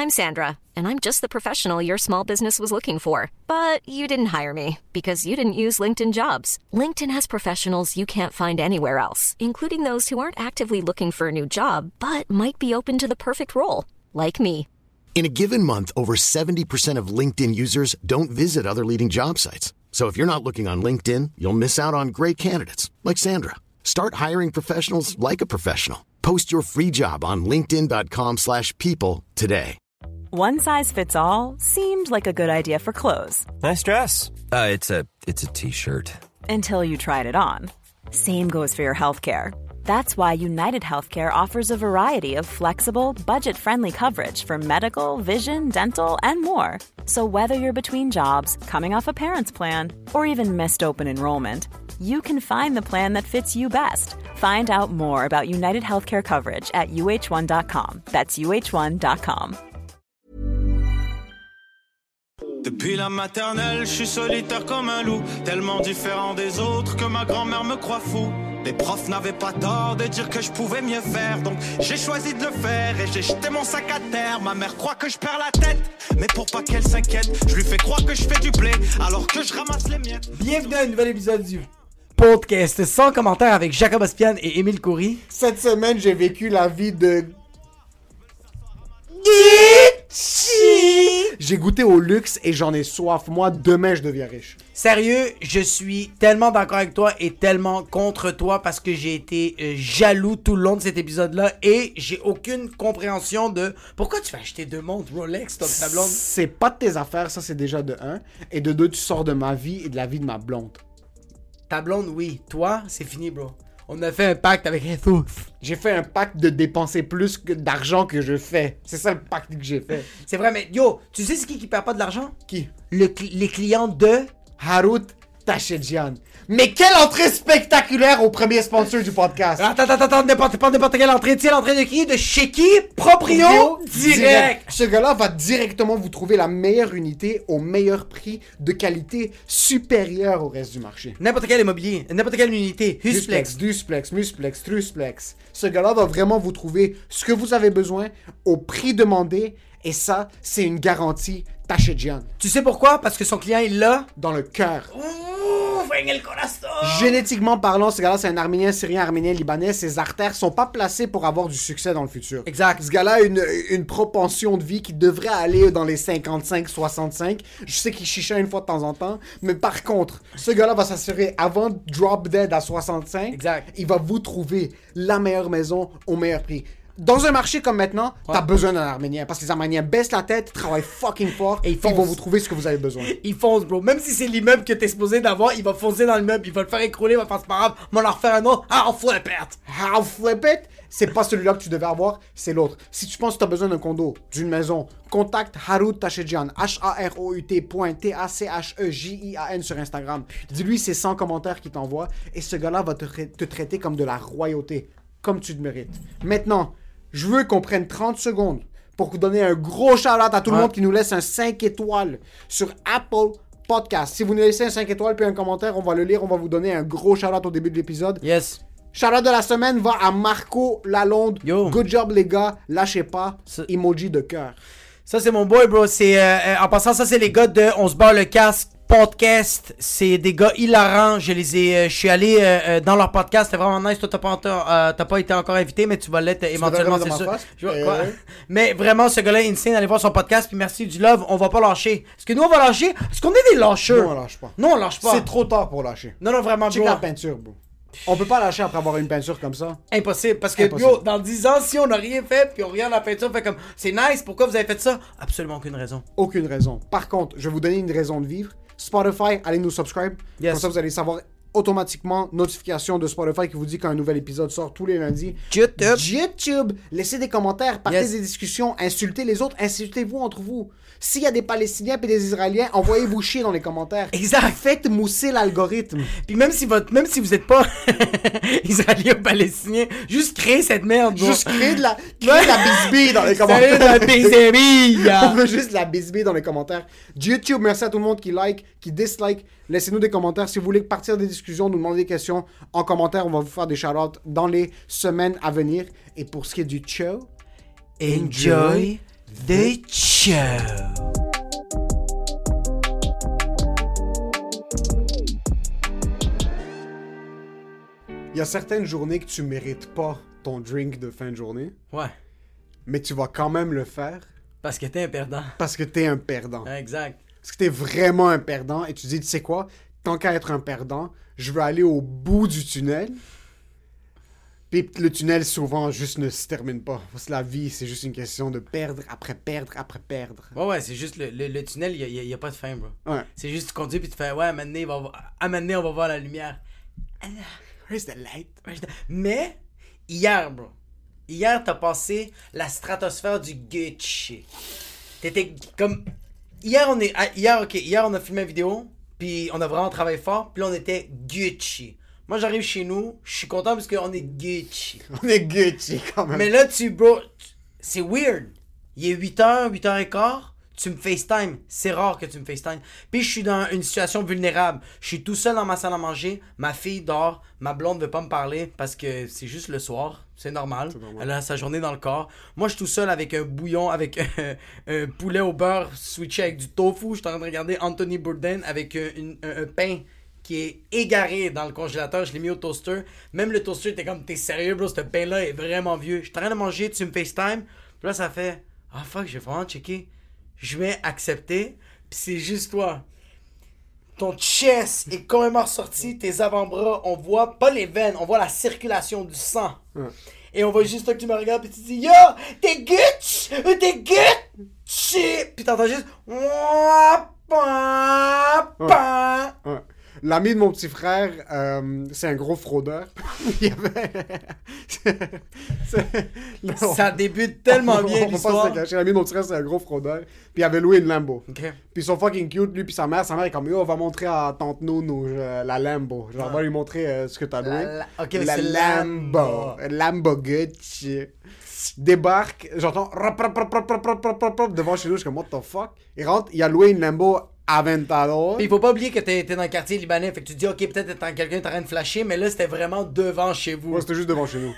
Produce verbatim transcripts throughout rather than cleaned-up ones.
I'm Sandra, and I'm just the professional your small business was looking for. But you didn't hire me because you didn't use LinkedIn Jobs. LinkedIn has professionals you can't find anywhere else, including those who aren't actively looking for a new job, but might be open to the perfect role, like me. In a given month, over seventy percent of LinkedIn users don't visit other leading job sites. So if you're not looking on LinkedIn, you'll miss out on great candidates like Sandra. Start hiring professionals like a professional. Post your free job on linkedin.com slash people today. One size fits all seemed like a good idea for clothes. Nice dress. Uh, it's a it's a t-shirt. Until you tried it on. Same goes for your healthcare. That's why United Healthcare offers a variety of flexible, budget-friendly coverage for medical, vision, dental, and more. So whether you're between jobs, coming off a parent's plan, or even missed open enrollment, you can find the plan that fits you best. Find out more about United Healthcare coverage at U H one dot com. That's U H one dot com. Depuis la maternelle, je suis solitaire comme un loup, tellement différent des autres que ma grand-mère me croit fou. Les profs n'avaient pas tort de dire que je pouvais mieux faire, donc j'ai choisi de le faire et j'ai jeté mon sac à terre. Ma mère croit que je perds la tête, mais pour pas qu'elle s'inquiète, je lui fais croire que je fais du blé alors que je ramasse les miettes. Bienvenue à un nouvel épisode du podcast sans commentaire avec Jacob Ospian et Émile Coury. Cette semaine, j'ai vécu la vie de... J'ai goûté au luxe et j'en ai soif. Moi, demain, je deviens riche. Sérieux, je suis tellement d'accord avec toi et tellement contre toi parce que j'ai été euh, jaloux tout le long de cet épisode-là et j'ai aucune compréhension de pourquoi tu vas acheter deux montres Rolex, toi, ta blonde. C'est pas de tes affaires, ça c'est déjà de un. Et de deux, tu sors de ma vie et de la vie de ma blonde. Ta blonde, oui. Toi, c'est fini, bro. On a fait un pacte avec Jesus. J'ai fait un pacte de dépenser plus que d'argent que je fais. C'est ça le pacte que j'ai fait. C'est vrai, mais yo, tu sais c'est qui qui perd pas de l'argent? Qui? Le cl- les clients de... Harut Tachedjian. Mais quelle entrée spectaculaire au premier sponsor du podcast. Attends, attends, attends, n'importe pas n'importe quelle entrée. Tu sais l'entrée de qui? De chez qui? Proprio, Proprio direct. direct. Ce gars-là va directement vous trouver la meilleure unité au meilleur prix de qualité supérieure au reste du marché. N'importe quel immobilier, n'importe quelle unité. Husplex. Dusplex, Musplex, Trusplex. Ce gars-là va vraiment vous trouver ce que vous avez besoin au prix demandé. Et ça, c'est une garantie Tachedjian. Tu sais pourquoi? Parce que son client, il l'a dans le cœur. Ouh, venga le corazon. Génétiquement parlant, ce gars-là, c'est un Arménien, Syrien, Arménien, Libanais. Ses artères sont pas placées pour avoir du succès dans le futur. Exact. Ce gars-là a une, une propension de vie qui devrait aller dans les cinquante-cinq soixante-cinq. Je sais qu'il chicha une fois de temps en temps. Mais par contre, ce gars-là va s'assurer, avant de drop dead à soixante-cinq, exact. Il va vous trouver la meilleure maison au meilleur prix. Dans un marché comme maintenant, ouais. T'as besoin d'un Arménien. Parce que les Arméniens baissent la tête, travaillent fucking fort, et ils, ils vont vous trouver ce que vous avez besoin. Ils foncent, bro. Même si c'est l'immeuble que t'es supposé d'avoir, il va foncer dans l'immeuble, il va le faire écrouler, il va faire c'est pas grave, on va leur faire un autre. Ah, on flip it! How flip it? C'est pas celui-là que tu devais avoir, c'est l'autre. Si tu penses que t'as besoin d'un condo, d'une maison, contacte Harut Tachedjian, H A R O U T T A C H E J I A N sur Instagram. Dis-lui c'est cent commentaires qu'il t'envoie, et ce gars-là va te, tra- te traiter comme de la royauté, comme tu le mérites. Maintenant, je veux qu'on prenne trente secondes pour vous donner un gros shout-out à tout ouais. le monde qui nous laisse un cinq étoiles sur Apple Podcast. Si vous nous laissez un cinq étoiles puis un commentaire, on va le lire, on va vous donner un gros shout-out au début de l'épisode. Yes. Shout-out de la semaine va à Marco Lalonde. Yo. Good job les gars, lâchez pas. Ça... Emoji de cœur. Ça c'est mon boy bro, c'est euh, en passant ça c'est les gars de On se barre le casque podcast, c'est des gars hilarants, je les ai, euh, je suis allé euh, dans leur podcast, c'était vraiment nice, toi t'as pas, euh, t'as pas été encore invité mais tu vas l'être tu éventuellement c'est sûr. Je vois, quoi? Mais vraiment ce gars-là insane, allez voir son podcast puis merci du love, on va pas lâcher. Est-ce que nous on va lâcher? Est-ce qu'on est des lâcheurs? Non on lâche pas. Non on lâche pas. C'est trop tard pour lâcher. Non non vraiment check la peinture bro. On peut pas lâcher après avoir une peinture comme ça. Impossible, parce que Impossible. Yo, dans dix ans, si on n'a rien fait, puis on regarde la peinture, on fait comme, c'est nice, pourquoi vous avez fait ça? Absolument aucune raison. Aucune raison. Par contre, je vais vous donner une raison de vivre. Spotify, allez nous subscribe. Yes. Comme ça, vous allez savoir automatiquement notification de Spotify qui vous dit qu'un nouvel épisode sort tous les lundis. YouTube. YouTube. Laissez des commentaires, partez yes. des discussions, insultez les autres, insultez-vous entre vous. S'il y a des Palestiniens et des Israéliens, envoyez-vous chier dans les commentaires. Exact. Faites mousser l'algorithme. Puis même si votre, même si vous êtes pas Israélien ou Palestinien, juste créez cette merde. Bro. Juste créez de la, créez de la bisbille dans les commentaires. de la bisbille. On veut juste de la bisbille dans les commentaires. YouTube, merci à tout le monde qui like, qui dislike. Laissez-nous des commentaires. Si vous voulez partir des discussions, nous demander des questions en commentaire, on va vous faire des shout-outs dans les semaines à venir. Et pour ce qui est du show, enjoy The Show. Il y a certaines journées que tu mérites pas ton drink de fin de journée, Ouais. mais tu vas quand même le faire Parce que t'es un perdant. parce que t'es un perdant. Exact. Parce que t'es vraiment un perdant et tu dis, tu sais quoi, tant qu'à être un perdant, je veux aller au bout du tunnel. Puis le tunnel, souvent, juste ne se termine pas. Parce que la vie, c'est juste une question de perdre après perdre après perdre. Ouais, ouais, c'est juste le, le, le tunnel, il n'y a, a pas de fin, bro. Ouais. C'est juste tu conduis puis tu fais, ouais, à un moment donné, il va voir- à un moment donné, on va voir la lumière. Where's the light? Mais, hier, bro, hier, t'as passé la stratosphère du Gucci. T'étais comme... Hier, on est... ah, Hier, ok, hier, on a filmé une vidéo, puis on a vraiment travaillé fort, puis là, on était Gucci. Moi, j'arrive chez nous, je suis content parce qu'on est Gucci. On est Gucci quand même. Mais là, tu, bro, tu- c'est weird. Il est huit heures, huit heures quinze, tu me FaceTime. C'est rare que tu me FaceTime. Puis je suis dans une situation vulnérable. Je suis tout seul dans ma salle à manger. Ma fille dort. Ma blonde veut pas me parler parce que c'est juste le soir. C'est normal. normal. Elle a sa journée dans le corps. Moi, je suis tout seul avec un bouillon, avec un, un poulet au beurre switché avec du tofu. Je suis en train de regarder Anthony Bourdain avec un, une- un- un pain qui est égaré dans le congélateur. Je l'ai mis au toaster. Même le toaster était comme, t'es sérieux, bro, ce pain-là est vraiment vieux. Je suis en train de manger, tu me FaceTime. Puis là, ça fait, ah fuck, j'ai vraiment checké. Je vais accepter. Puis c'est juste toi. Ton chest est complètement ressorti. Tes avant-bras, on voit pas les veines, on voit la circulation du sang. Ouais. Et on voit juste toi que tu me regardes. Puis tu dis, yo, t'es Gucci, euh, t'es Gucci. Puis t'entends juste, Ouah, pa, pa. Ouais. L'ami de mon petit frère, euh, c'est un gros fraudeur. Il y avait... c'est- non. Ça débute tellement On- bien on va pas se l'histoire. le cacher. L'ami de mon petit frère, c'est un gros fraudeur. Puis il avait loué une Lambo. Ok. Puis ils sont fucking cute, lui puis sa mère. Sa mère est comme, yo, on va montrer à tante Nounou euh, la Lambo. Genre, on va lui montrer euh, ce que t'as loué. La- la- ok, mais la c'est Lambo. Lambo. Lambo Gucci. Débarque, j'entends rap, rap, rap, rap, rap, rap, rap, rap, rap, devant chez nous. Je suis comme, what the fuck? Il rentre, il a loué une Lambo Aventador. Puis il faut pas oublier que t'es, t'es dans le quartier libanais. Fait que tu te dis, ok, peut-être t'es- quelqu'un est en train de flasher, mais là c'était vraiment devant chez vous. Moi, c'était juste devant chez nous.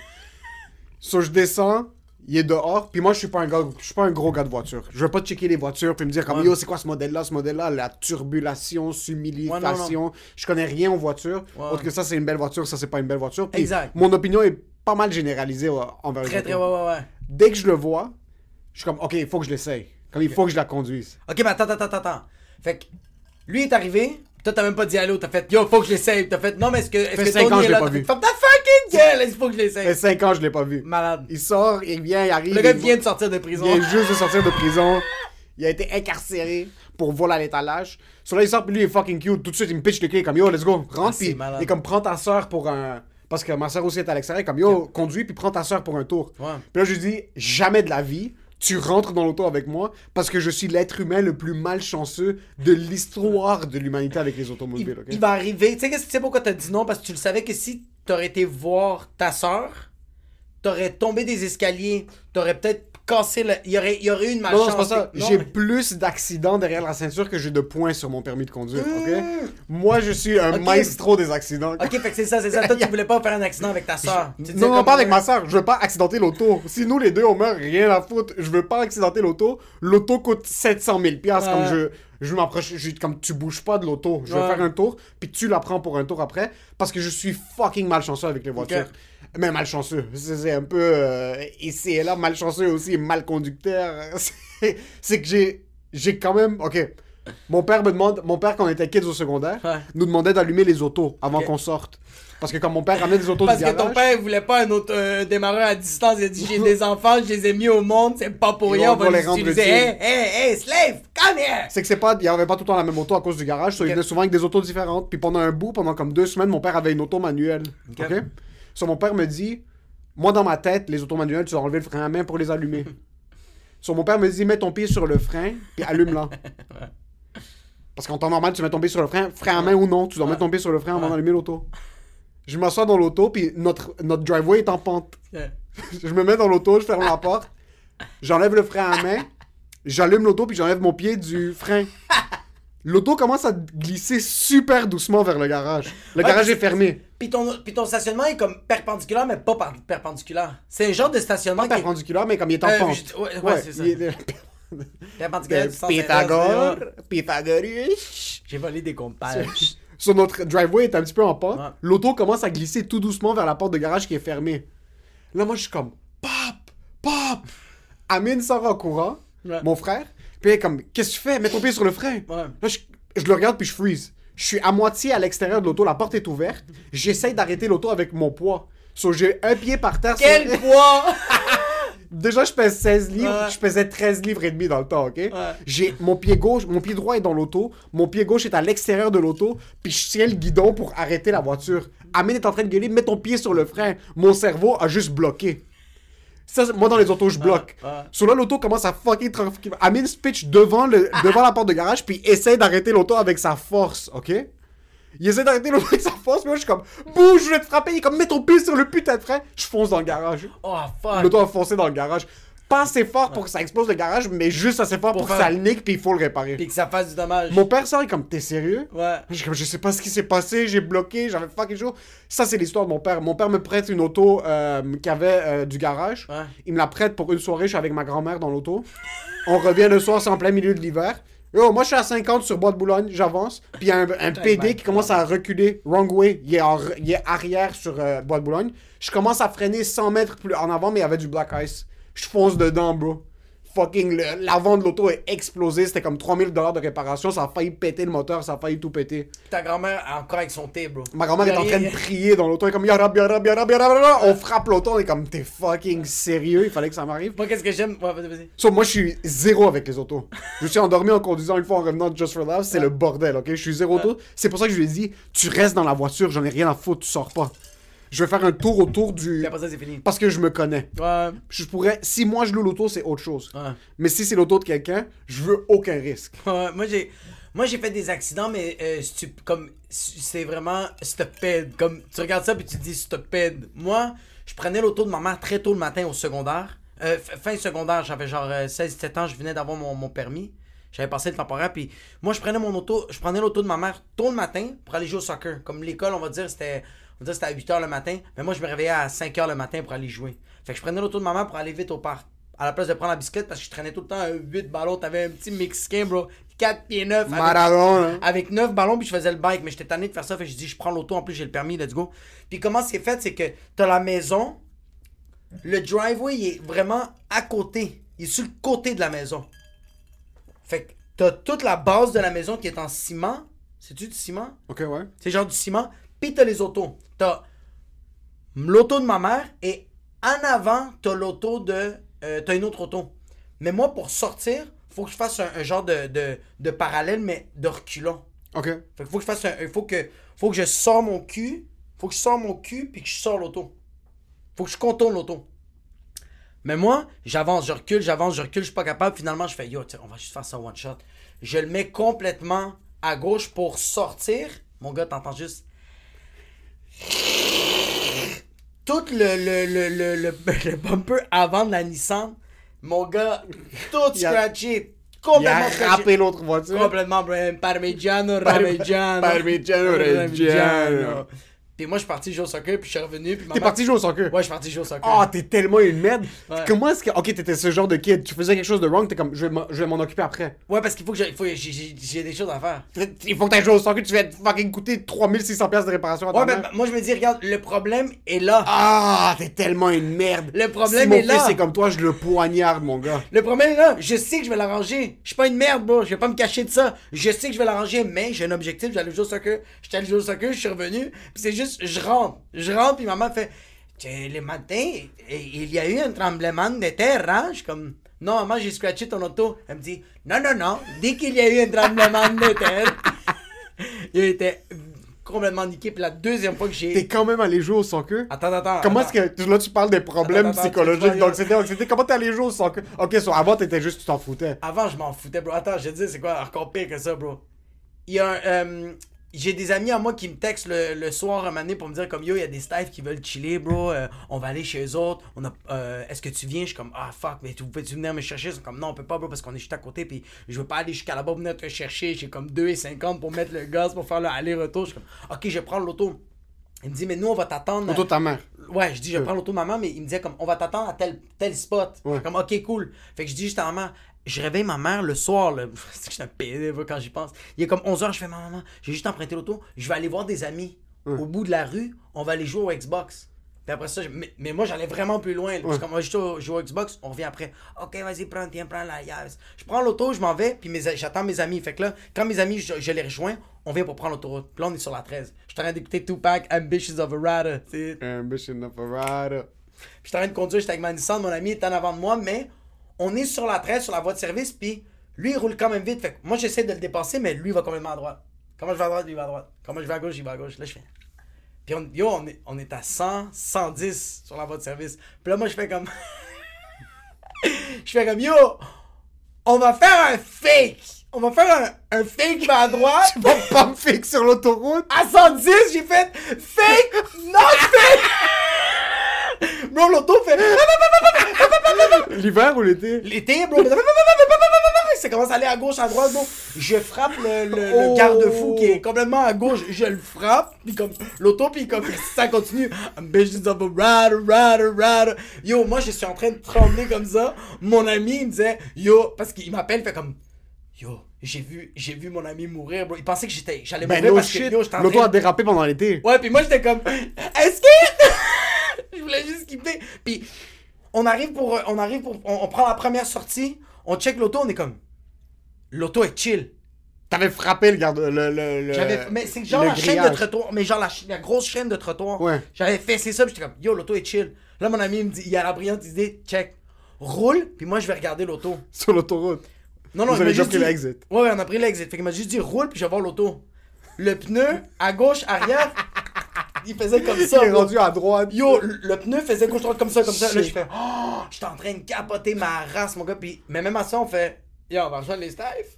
So, je descends, il est dehors, puis moi, je suis pas un gars, je suis pas un gros gars de voiture. Je veux pas checker les voitures, puis me dire comme, Ouais. yo, c'est quoi ce modèle-là, ce modèle-là, la turbulation, humiliation. Ouais, non, Je connais rien aux voitures. Ouais. Autre que ça, c'est une belle voiture, ça, c'est pas une belle voiture. Puis Exact. mon opinion est pas mal généralisée euh, envers les Très, très, ouais, autos. ouais, ouais. Dès que je le vois, je suis comme, ok, il faut que je l'essaye. Comme, il faut que je la conduise. Ok, mais attends, attends, attends, attends. Fait que lui est arrivé, toi t'as même pas dit allô, t'as fait yo, faut que je l'essaye. T'as fait non, mais est-ce que, est-ce fait que cinq Tony ans, est je l'ai là? pas T'as vu. fait, ferme ta fucking gueule, il faut que je Ça fait l'essaye. cinq ans, je l'ai pas vu. Malade. Il sort, il vient, il arrive. Le gars il- vient de sortir de prison. Il vient juste de sortir de prison. Il a été incarcéré pour vol à l'étalage. Sur là, il sort, puis lui, il est fucking cute. Tout de suite, il me pitch le clé comme yo, let's go, rentre. Ah, c'est Puis malade. il est comme prends ta soeur pour un. Parce que ma soeur aussi est à l'extérieur, comme yo, conduis, puis prends ta soeur pour un tour. Ouais. Puis là, je lui dis jamais de la vie. Tu rentres dans l'auto avec moi parce que je suis l'être humain le plus malchanceux de l'histoire de l'humanité avec les Il, automobiles. ok? il va arriver. Tu sais, qu'est-ce que tu sais pourquoi t'as dit non? Parce que tu le savais que si t'aurais été voir ta soeur, t'aurais tombé des escaliers, t'aurais peut-être cassé le. Il y aurait, il y aurait eu une Non, malchance. non, c'est pas ça. Non, J'ai mais- plus d'accidents derrière la ceinture que j'ai de points sur mon permis de conduire, ok? Mmh. Moi, je suis un Ok. maestro des accidents. Ok, fait que c'est ça, c'est ça. Toi, tu voulais pas faire un accident avec ta soeur. Tu disais Non, non, comme- pas avec ma soeur. Je veux pas accidenter l'auto. Si nous, les deux, on meurt, rien à foutre. Je veux pas accidenter l'auto. L'auto coûte sept cent mille piastres. Ouais. Comme je, je m'approche, je, comme tu bouges pas de l'auto. Je veux Ouais. faire un tour, puis tu la prends pour un tour après. Parce que je suis fucking malchanceux avec les voitures. Ok. Mais malchanceux. C'est c'est un peu euh, ici et là. Malchanceux aussi, mal conducteur. C'est- C'est que j'ai, j'ai quand même. Ok. Mon père me demande. Mon père, quand on était kids au secondaire, Ouais. nous demandait d'allumer les autos avant Ok. qu'on sorte. Parce que comme mon père ramenait des autos Parce du que garage. ton père il voulait pas un autre euh, démarreur à distance. Il a dit j'ai des enfants, je les ai mis au monde, c'est pas pour Et rien, on on va va les les rendre utiliser. utiles. Hey, hey, hey, slave, come here! C'est que c'est pas, il y avait pas tout le temps la même auto à cause du garage, so il Ok. venait souvent avec des autos différentes. Puis pendant un bout, pendant comme deux semaines, mon père avait une auto manuelle. Ok. Ok? So mon père me dit, moi dans ma tête, les autos manuelles, tu dois enlever le frein à main pour les allumer. So mon père me dit, mets ton pied sur le frein, puis allume-la. Parce qu'en temps normal, tu mets ton pied sur le frein, frein à main ou non, tu dois mettre ton pied sur le frein avant Ouais. d'allumer l'auto. Je m'assois dans l'auto, puis notre, notre driveway est en pente. Ouais. Je me mets dans l'auto, je ferme la porte, j'enlève le frein à main, j'allume l'auto, puis j'enlève mon pied du frein. L'auto commence à glisser super doucement vers le garage. Le Ouais, garage puis est fermé. Puis ton, puis ton stationnement est comme perpendiculaire, mais pas par- perpendiculaire. C'est un genre de stationnement Pas qui est... perpendiculaire, mais comme il est en Euh, pente. je- ouais, ouais, c'est ça. il est- Perpendiculaire, du sens inverse, Pythagore, ouais. Pythagorius. J'ai volé des comptages. Sur notre driveway est un petit peu en pente. Ouais. L'auto commence à glisser tout doucement vers la porte de garage qui est fermée. Là, moi, je suis comme pop, pop. Amine sort en courant, Ouais. mon frère. Puis elle est comme, qu'est-ce que tu fais? Mets ton pied sur le frein. Ouais. Là, je, je le regarde puis je freeze. Je suis à moitié à l'extérieur de l'auto, la porte est ouverte. J'essaye d'arrêter l'auto avec mon poids. So, j'ai un pied par terre. Quel sur- poids! Déjà, je pèse seize livres. Ouais. Je pesais treize livres et demi dans le temps, ok? Ouais. J'ai mon pied gauche, mon pied droit est dans l'auto. Mon pied gauche est à l'extérieur de l'auto. Puis je tiens le guidon pour arrêter la voiture. Amine est en train de gueuler, mets ton pied sur le frein. Mon cerveau a juste bloqué. Ça, c'est- moi, dans les autos, je bloque. Ouais, ouais. Sur là, l'auto commence à fucking trafiquer. Amine se pitch devant, le, devant la porte de garage, puis essaie d'arrêter l'auto avec sa force, ok? Il essaie d'arrêter l'auto avec sa force, mais moi, je suis comme, bouge, je vais te frapper. Il est comme, mets ton pied sur le putain de frein. Je fonce dans le garage. Oh, fuck! L'auto a foncé dans le garage. Pas assez fort pour que ça explose le garage, mais juste assez fort pour, Pour que faire- ça le nique, puis il faut le réparer. Puis que ça fasse du dommage. Mon père sort, il est comme, t'es sérieux? Ouais. Je suis comme, je sais pas ce qui s'est passé, j'ai bloqué, j'avais fucking chaud. Ça, c'est l'histoire de mon père. Mon père me prête une auto euh, qui avait euh, du garage. Ouais. Il me la prête pour une soirée, je suis avec ma grand-mère dans l'auto. On revient le soir, c'est en plein milieu de l'hiver. Yo, moi, je suis à cinquante sur Bois de Boulogne, j'avance. Puis il y a un, un P D qui commence à reculer, wrong way. Il est, en- il est arrière sur euh, Bois de Boulogne. Je commence à freiner cent mètres plus en avant, mais il y avait du black ice. Je fonce dedans, bro. Fucking, le- l'avant de l'auto est explosé. C'était comme trois mille dollars de réparation. Ça a failli péter le moteur, ça a failli tout péter. Puis ta grand-mère, encore avec son thé, bro. Ma grand-mère Y est a en train rien- de prier dans l'auto. Elle est comme Yarab, Yarab, Yarab, Yarab, Yarab. On frappe l'auto. On est comme, t'es fucking sérieux. Il fallait que ça m'arrive. Moi, qu'est-ce que j'aime? Ouais, vas-y, vas-y. So, moi, je suis zéro avec les autos. Je suis endormi en conduisant une fois en revenant de Just for Laughs. C'est le bordel, ok? Je suis zéro auto. C'est pour ça que je lui ai dit, tu restes dans la voiture, j'en ai rien à foutre, tu sors pas. Je vais faire un tour autour du. Puis après ça, c'est fini. Parce que je me connais. Ouais. Je pourrais. Si moi je loue l'auto, c'est autre chose. Ouais. Mais si c'est l'auto de quelqu'un, je veux aucun risque. Ouais, moi j'ai moi j'ai fait des accidents mais euh, stu- comme c'est vraiment stupide, comme tu regardes ça puis tu te dis stupide. Moi, je prenais l'auto de ma mère très tôt le matin au secondaire. Euh, f- fin secondaire, j'avais genre euh, seize dix-sept ans, je venais d'avoir mon, mon permis. J'avais passé le temporaire puis moi je prenais mon auto, je prenais l'auto de ma mère tôt le matin pour aller jouer au soccer. Comme l'école, on va dire c'était on va dire c'était à huit heures le matin, mais moi je me réveillais à cinq heures le matin pour aller jouer. Fait que je prenais l'auto de ma mère pour aller vite au parc. À la place de prendre la bicyclette parce que je traînais tout le temps un huit ballons, t'avais un petit Mexicain, bro, quatre pieds neuf avec, Maradon, hein. avec neuf ballons puis je faisais le bike, mais j'étais tanné de faire ça, fait que je dis je prends l'auto, en plus j'ai le permis, let's go. Puis comment c'est fait, c'est que t'as la maison, le driveway il est vraiment à côté, il est sur le côté de la maison. Fait que t'as toute la base de la maison qui est en ciment, c'est-tu du ciment? Ok, ouais. C'est genre du ciment. Puis t'as les autos. T'as l'auto de ma mère et en avant, t'as l'auto de... euh, t'as une autre auto. Mais moi, pour sortir, faut que je fasse un, un genre de, de, de parallèle, mais de reculons. Ok. Fait que faut que je fasse un... Faut que, faut que je sors mon cul. Faut que je sors mon cul puis que je sors l'auto. Faut que je contourne l'auto. Mais moi, j'avance, je recule, j'avance, je recule, je suis pas capable. Finalement, je fais, yo, tiens, on va juste faire ça one shot. Je le mets complètement à gauche pour sortir. Mon gars, t'entends juste... Tout le, le, le, le, le, le bumper avant de la Nissan, mon gars, tout Il a- scratché. Il Complètement a scratché. râpé l'autre voiture. Complètement, bro. Parmigiano, Parmigiano. Parmigiano, Reggiano. Puis moi, je suis parti jouer au soccer, puis je suis revenu. Puis T'es parti jouer au soccer? Ouais, je suis parti jouer au soccer. Ah, t'es tellement une merde. Ouais. Comment est-ce que. Ok, t'étais ce genre de kid. Tu faisais quelque chose de wrong, t'es comme, je vais m'en- je vais m'en occuper après. Ouais, parce qu'il faut que j'ai, il faut- j'ai, j'ai, j'ai des choses à faire. Il faut que t'ailles jouer au soccer, tu vas te fucking coûter trois mille six cents piastres de réparation à ta Ouais, ben, mère. moi, je me dis, regarde, le problème est là. Ah, t'es tellement une merde. Le problème si mon est là. fils est comme toi, je le poignarde, mon gars. Le problème est là. Je sais que je vais l'arranger. Je suis pas une merde, bro. Je vais pas me cacher de ça. Je sais que je vais l'arranger, mais j'ai un objectif. J'allais jouer au soccer. J'étais allé jouer au soccer, je suis revenu. Puis c'est juste, je rentre. Je rentre, puis maman fait, Tiens, le matin, il y a eu un tremblement de terre, hein? Je suis comme, non, maman, j'ai scratché ton auto. Elle me dit, non, non, non. Dès qu'il y a eu un tremblement de terre, il était complètement niqué. Puis la deuxième fois que j'ai. T'es quand même allé jouer au soccer? Attends, attends. Comment attends. est-ce que. Là, tu parles des problèmes Attends, attends, psychologiques tu- tu- d'anxiété, anxiété. Comment t'es allé jouer au soccer? Ok, so avant, t'étais juste, tu t'en foutais. Avant, je m'en foutais, bro. Attends, je te dis, c'est quoi encore pire que ça, bro? Il y a un. Euh, j'ai des amis à moi qui me textent le, le soir un moment donné pour me dire comme yo, il y a des staffs qui veulent chiller, bro. Euh, on va aller chez eux autres. On a, euh, est-ce que tu viens? Je suis comme ah fuck, mais tu peux-tu venir me chercher? Ils sont comme non, on peut pas, bro, parce qu'on est juste à côté. Puis je veux pas aller jusqu'à là-bas venir te chercher. J'ai comme deux cinquante pour mettre le gaz pour faire le aller-retour. Je suis comme ok, je vais prendre l'auto. Il me dit mais nous on va t'attendre. L'auto de ta mère. Ouais, je dis je vais prendre l'auto de ma mère, mais il me disait comme on va t'attendre à tel, tel spot. Ouais. Comme ok, cool. Fait que je dis juste à ma mère. Je réveille ma mère le soir, là. C'est que je suis un pédé quand j'y pense. Il est comme onze heures, je fais ma maman, j'ai juste emprunté l'auto, je vais aller voir des amis. Hum. Au bout de la rue, on va aller jouer au Xbox. Puis après ça, je... mais, mais moi j'allais vraiment plus loin. Parce qu'on va juste jouer au Xbox, on revient après. Ok, vas-y, prends, tiens, prends la Yaz. Je prends l'auto, je m'en vais, puis mes... j'attends mes amis. Fait que là, quand mes amis, je, je les rejoins, on vient pour prendre l'autoroute. Puis là, on est sur la treize. Je suis en train d'écouter Tupac, Ambitions of a Rider. Ambition of a Rider. Puis je suis en train de conduire, j'étais avec ma Nissan, mon ami est en avant de moi, mais on est sur la treize, sur la voie de service, puis lui, il roule quand même vite. Fait que moi, j'essaie de le dépasser, mais lui, il va complètement à droite. Comment je vais à droite, lui, il va à droite. Comment je vais à gauche, il va à gauche. Là, je fais... Puis on, yo, on est, on est à cent, cent dix sur la voie de service. Puis là, moi, je fais comme... je fais comme, yo, on va faire un fake. On va faire un, un fake, mais à droite. Tu vas pas me fake sur l'autoroute? À cent dix, j'ai fait fake, non fake. Bro, l'auto fait... L'hiver ou l'été? L'été, bro. Ça commence à aller à gauche, à droite, bro. Je frappe le, le, le Oh. garde-fou qui est complètement à gauche. Je le frappe. Puis comme l'auto, puis comme ça continue. Ambitions of a rider, rider, rider. Yo, moi, je suis en train de trembler comme ça. Mon ami, il me disait, yo, parce qu'il m'appelle, il fait comme, yo, j'ai vu, j'ai vu mon ami mourir, bro. Il pensait que j'étais, j'allais Ben mourir no parce shit. que, yo, j'étais en L'auto train a dérapé pendant l'été. Ouais, puis moi, j'étais comme, est-ce que... Je voulais juste skipper. Puis on arrive pour, on arrive pour, on, on prend la première sortie, on check l'auto, on est comme, l'auto est chill. T'avais frappé le garde... Le, le, le, J'avais, mais c'est genre le la chaîne grillage. de trottoir, mais genre la, la grosse chaîne de trottoir. Ouais. J'avais fait c'est ça, puis j'étais comme, yo, l'auto est chill. Là, mon ami, il me dit, il a la brillante idée, check, roule, puis moi, je vais regarder l'auto. Sur l'autoroute. Non, non, Vous il m'a avez déjà juste pris dit... l'exit. Ouais, ouais, on a pris l'exit. Fait qu'il m'a juste dit, roule, puis je vais voir l'auto. Le pneu, à gauche, arrière, il faisait comme ça. Il est bro. rendu à droite. Yo, le, le pneu faisait gauche droite comme ça, comme ça. Là, Shit. je fais, oh, j'étais en train de capoter ma race, mon gars. Puis, mais même à ça, on fait, yo, on va rejoindre les staffs.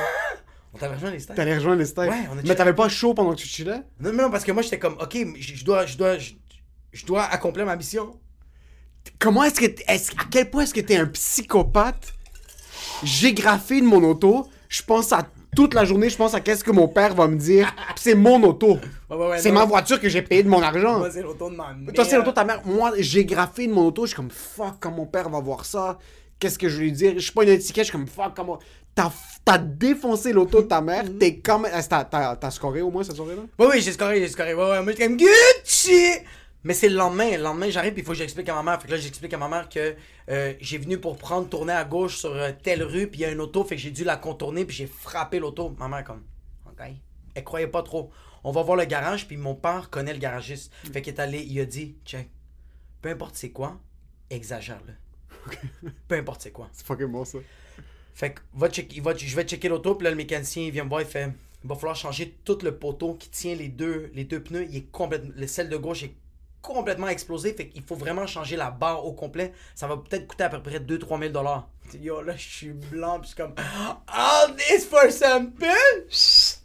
On t'avait rejoint les staffs. T'allais rejoindre les staffs. Ouais, on a Mais check- t'avais pas chaud pendant que tu chillais? Non, non, parce que moi, j'étais comme, ok, je je dois, je dois, je, je dois accomplir ma mission. Comment est-ce que... t'es- Est-ce, à quel point est-ce que t'es un psychopathe? J'ai graffé de mon auto. Je pense à... Toute la journée, je pense à qu'est-ce que mon père va me dire. Pis c'est mon auto. Ouais, ouais, ouais, C'est non. ma voiture que j'ai payée de mon argent. Moi, c'est l'auto de ma mère. Toi, c'est l'auto de ta mère. Moi, j'ai graffé de mon auto. Je suis comme, fuck, quand mon père va voir ça, qu'est-ce que je vais lui dire? Je suis pas une étiquette. Je suis comme, fuck, comment... T'as, t'as défoncé l'auto de ta mère. T'es quand même... Est-ce que T'as, t'as, t'as scoré au moins cette soirée-là? Oui, oui, j'ai scoré, j'ai scoré. Ouais, ouais, moi, j'étais comme Gucci! Mais c'est le lendemain. Le lendemain, j'arrive, puis il faut que j'explique à ma mère. Fait que là, j'explique à ma mère que euh, j'ai venu pour prendre, tourner à gauche sur euh, telle rue, puis il y a une auto, fait que j'ai dû la contourner, puis j'ai frappé l'auto. Ma mère, comme, ok. Elle croyait pas trop. On va voir le garage, puis mon père connaît le garagiste. Fait qu'il est allé, il a dit, check, peu importe c'est quoi, exagère-le. Peu importe c'est quoi. C'est fucking bon, ça. Fait que va check, il va, je vais checker l'auto, puis là, le mécanicien, il vient me voir, il fait, il va falloir changer tout le poteau qui tient les deux, les deux pneus. Il est complètement, le celle de gauche est complètement explosé, fait qu'il faut vraiment changer la barre au complet. Ça va peut-être coûter à peu près deux à trois mille dollars. Yo, là, je suis blanc, puis je suis comme, all this for some punch!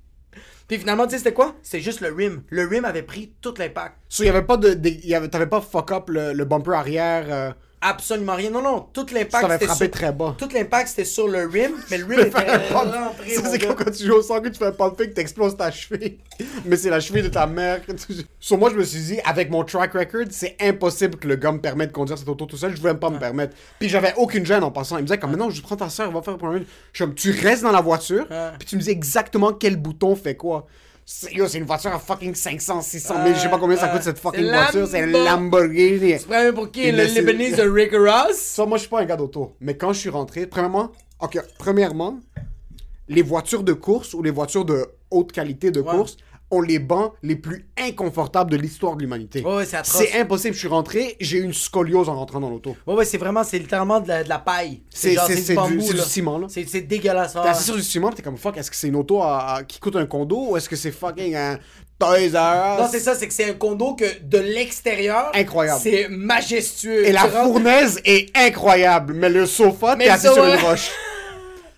Puis finalement, tu sais, c'était quoi? C'était juste le rim. Le rim avait pris tout l'impact. So, il y avait pas de... de il y avait, t'avais pas fuck up le, le bumper arrière... euh, Absolument rien. Non, non, tout l'impact, Ça t'avait c'était frappé sur... très bas. Tout l'impact, c'était sur le rim, mais le rim était rentré, Ça, mon c'est gars. comme quand tu joues au soccer, tu fais un pump fake, t'exploses ta cheville. Mais c'est la cheville de ta mère que tu... Sur moi, je me suis dit, avec mon track record, c'est impossible que le gars me permette de conduire cette auto tout seul. Je voulais même pas me permettre. Puis j'avais aucune gêne en passant. Il me disait comme, mais non, je prends ta soeur, on va faire pour un minute. Je suis comme, tu restes dans la voiture, Ouais. puis tu me dis exactement quel bouton fait quoi. C'est, yo, c'est une voiture à fucking cinq cents, six cent mille. Je sais pas combien ça Ouais. coûte cette fucking C'est voiture. C'est Lambo. Lamborghini. Tu prends pour qui? Il Le laisse- Lebanese de Rick Ross? Ça, moi, je suis pas un gars d'auto. Mais quand je suis rentré, premièrement, ok, premièrement, les voitures de course ou les voitures de haute qualité de Ouais. course ont les bancs les plus inconfortables de l'histoire de l'humanité. Ouais, ouais, c'est atroce. C'est impossible. Je suis rentré, j'ai eu une scoliose en rentrant dans l'auto. Ouais, ouais, c'est vraiment, c'est littéralement de la, de la paille. C'est- genre, c'est- c'est bambou, du- c'est du là. ciment, là. C'est, c'est dégueulasse. T'es ouais. assis sur du ciment, pis t'es comme fuck, est-ce que c'est une auto à- à- qui coûte un condo ou est-ce que c'est fucking un Toys R Us? Non, c'est ça, c'est que c'est un condo que de l'extérieur, Incroyable. c'est majestueux. Et la Tu rentres- fournaise est incroyable, mais le sofa, Mais t'es le assis sur sofa- une roche.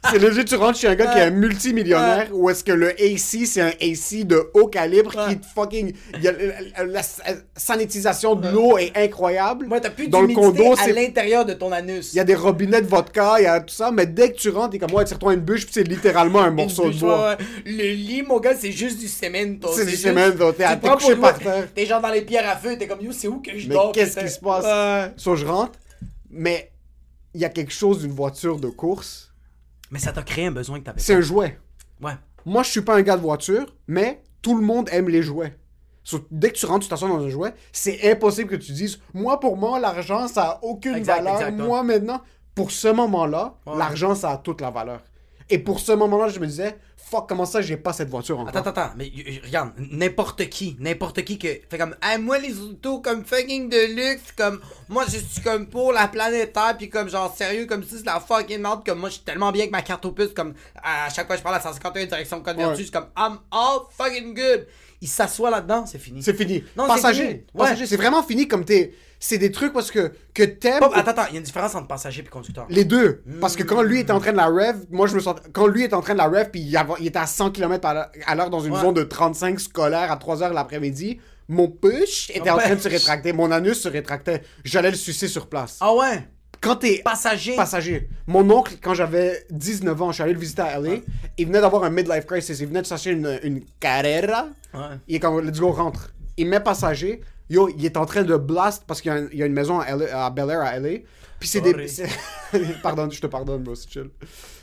C'est léger, tu rentres chez un gars qui est un multimillionnaire ou est-ce que le A C, c'est un A C de haut calibre Ouais. qui te fucking... Il y a, la, la, la sanitisation de l'eau est incroyable. Moi, t'as plus Dans le d'humidité condo, à c'est... l'intérieur de ton anus. Il y a des robinets de vodka, il y a tout ça, mais dès que tu rentres, t'es comme, ouais, tire-toi une bûche, puis c'est littéralement un morceau de bois. Le lit, mon gars, c'est juste du cemento. C'est du juste- cemento, t'es à- tu t'es prends couché pour- par terre. T'es genre dans les pierres à feu, t'es comme, yo, c'est où que je Mais dors? qu'est-ce putain? qui se passe? Ouais. So, je rentre, mais il y a quelque chose d'une voiture de course. Mais ça t'a créé un besoin que t'avais C'est pas. un jouet. Ouais. Moi, je suis pas un gars de voiture, mais tout le monde aime les jouets. So, dès que tu rentres, tu t'assois dans un jouet, c'est impossible que tu dises, moi, pour moi, l'argent, ça a aucune Exact, valeur. exact, ouais. Moi, maintenant, pour ce moment-là, Ouais. l'argent, ça a toute la valeur. Et pour ce moment-là, je me disais, fuck, comment ça, j'ai pas cette voiture encore? Attends, attends, attends, mais y- y- regarde, n'importe qui, n'importe qui que fait comme, hey, moi les autos comme fucking de luxe, comme, moi je suis comme pour la planète Terre, puis comme genre sérieux, comme si c'est la fucking merde, comme moi je suis tellement bien avec ma carte opus, comme à chaque fois que je parle à cent cinquante et un direction code Ouais. vertu, c'est comme, I'm all fucking good. Il s'assoit là-dedans, c'est fini. C'est fini. Non, c'est passager. fini. Passager, Ouais. c'est vraiment fini comme t'es. C'est des trucs parce que, que t'aimes. Pop, attends, attends, il y a une différence entre passager et conducteur. Les deux. Parce que quand lui était en train de la rev, moi je me sens. Quand lui était en train de la rev, puis il, avait- il était à cent kilomètres à l'heure dans une Ouais. zone de trente-cinq scolaire à trois heures l'après-midi, mon push était en train de se rétracter. Mon anus se rétractait. J'allais le sucer sur place. Ah ouais? Quand t'es Passager. passager. Mon oncle, quand j'avais dix-neuf ans, je suis allé le visiter à L A. Il venait d'avoir un midlife crisis. Il venait de s'acheter une, une Carrera. Ouais. Il est comme, let's go, rentre. Il met passager. Yo, il est en train de blast parce qu'il y a, un- il y a une maison à, L A à Bel Air à L A. Puis c'est des. Sorry. c'est- Pardonne, je te pardonne, bro, c'est chill.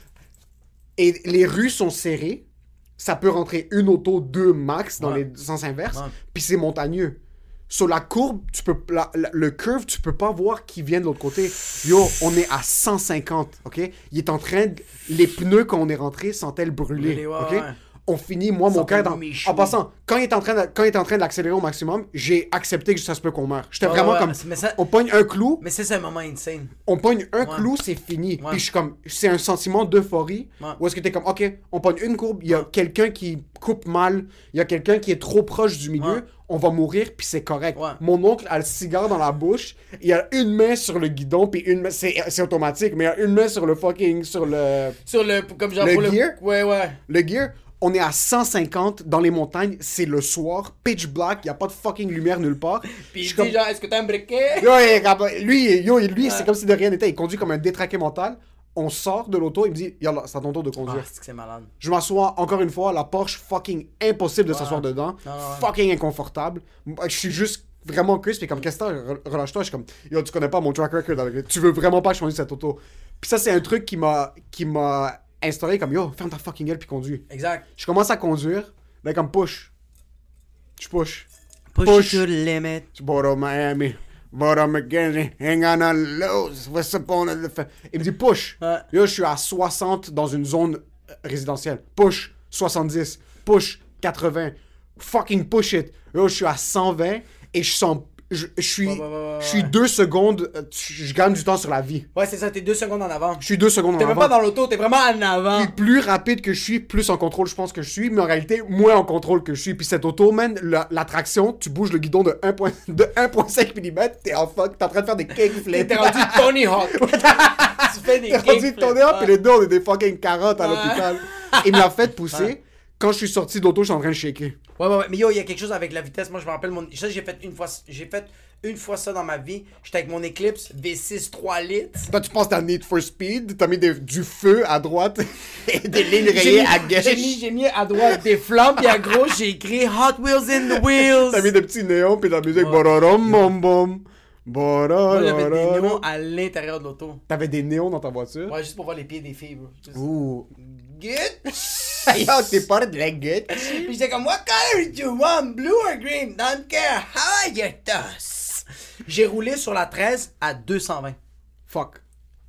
Et les rues sont serrées. Ça peut rentrer une auto, deux max dans Ouais. les sens inverses. Ouais. Puis c'est montagneux. Sur la courbe, tu peux, la- la- le curve, tu peux pas voir qui vient de l'autre côté. Yo, on est à cent cinquante, ok? Il est en train de... Les pneus, quand on est rentré, sentaient brûler, Brûler, ouais, ok? ouais. On finit, moi, mon Sentait cœur dans... méchoui. En passant, quand il est en train de, quand il est en train d'accélérer au maximum, j'ai accepté que ça se peut qu'on meure. J'étais Ouais, vraiment ouais, comme... mais ça- On pogne un clou, Mais ça, c'est un moment insane. on pogne un Ouais. clou, c'est fini. Ouais. Puis je suis comme... C'est un sentiment d'euphorie. Ouais. Où est-ce que t'es comme, ok, on pogne une courbe, il y a quelqu'un qui coupe mal, il y a quelqu'un qui est trop proche du milieu, Ouais. on va mourir, puis c'est correct. Ouais. Mon oncle a le cigare dans la bouche, il a une main sur le guidon, puis une main, c'est, c'est automatique, mais il a une main sur le fucking, sur le, Sur le. Comme genre Le pour gear? le. Ouais, ouais. le gear. On est à cent cinquante dans les montagnes, c'est le soir, pitch black, il y a pas de fucking lumière nulle part. Puis Je il suis dit genre, est-ce que t'as un briquet? Yo, hey, gars, lui, yo, lui c'est comme si de rien n'était. Il conduit comme un détraqué mental. On sort de l'auto, il me dit, yallah, c'est à ton tour de Ah, conduire. c'est que c'est malade. Je m'assois encore une fois, la Porsche fucking impossible de s'asseoir dedans. Non, non, ouais. Fucking inconfortable. Moi, je suis juste vraiment crisp et comme qu'est-ce que t'as? Re- relâche-toi. Je suis comme, yo, tu connais pas mon track record. avec- Tu veux vraiment pas que je conduise cette auto. Puis ça, c'est un truc qui m'a qui m'a instauré comme, yo, ferme ta fucking gueule puis conduis. Exact. Je commence à conduire, mais comme push. Je push. Push, Push. to the limit. Boro Miami, Boro McKenzie, ain't gonna lose. What's up on the fa- Il me dit push. Ouais. Yo, je suis à soixante dans une zone euh, résidentielle. Push, soixante-dix. Push, quatre-vingts. Fucking push it. Yo, je suis à cent vingt et je sens. Je, je suis. Ouais, ouais, ouais, ouais, Je suis ouais. deux secondes. euh, Je je gagne du temps sur la vie. Ouais, c'est ça, t'es deux secondes en avant. Je suis deux secondes T'es en même avant. pas dans l'auto, t'es vraiment en avant. Puis plus rapide que je suis, plus en contrôle je pense que je suis, mais en réalité, moins en contrôle que je suis. Puis cette auto, man, la, la traction, tu bouges le guidon de un point- de un virgule cinq millimètres, t'es en fuck, t'es en train de faire des kickflips. T'es rendu Tony Hawk. tu fais des T'es rendu kickflips. tourné up, Ouais. et les deux, on est des fucking carottes à Ouais. l'hôpital. Il me l'a fait pousser. Ouais. Quand je suis sorti d'auto, je suis en train de shaker. Ouais, ouais, ouais. Mais yo, il y a quelque chose avec la vitesse. Moi, je me rappelle, mon... ça, j'ai fait une fois j'ai fait une fois ça dans ma vie. J'étais avec mon Eclipse V six trois litres. Toi, tu penses que t'as Need for Speed, t'as mis des- du feu à droite et des lignes J'ai rayées mis, à gauche. j'ai mis, j'ai mis à droite des flammes, puis à gauche, j'ai écrit Hot Wheels in the Wheels. T'as mis des petits néons, puis la musique Ouais. bororom bom bom. Moi, j'avais des Bororom. néons à l'intérieur de l'auto. T'avais des néons dans ta voiture? Ouais, juste pour voir les pieds des filles, bro. Juste... Ouh. Good. Yo, t'es pas de la gueule. Puis j'étais comme, what color do you want? Blue or green? Don't care. How are your toss? J'ai roulé sur la treize à deux cent vingt. Fuck.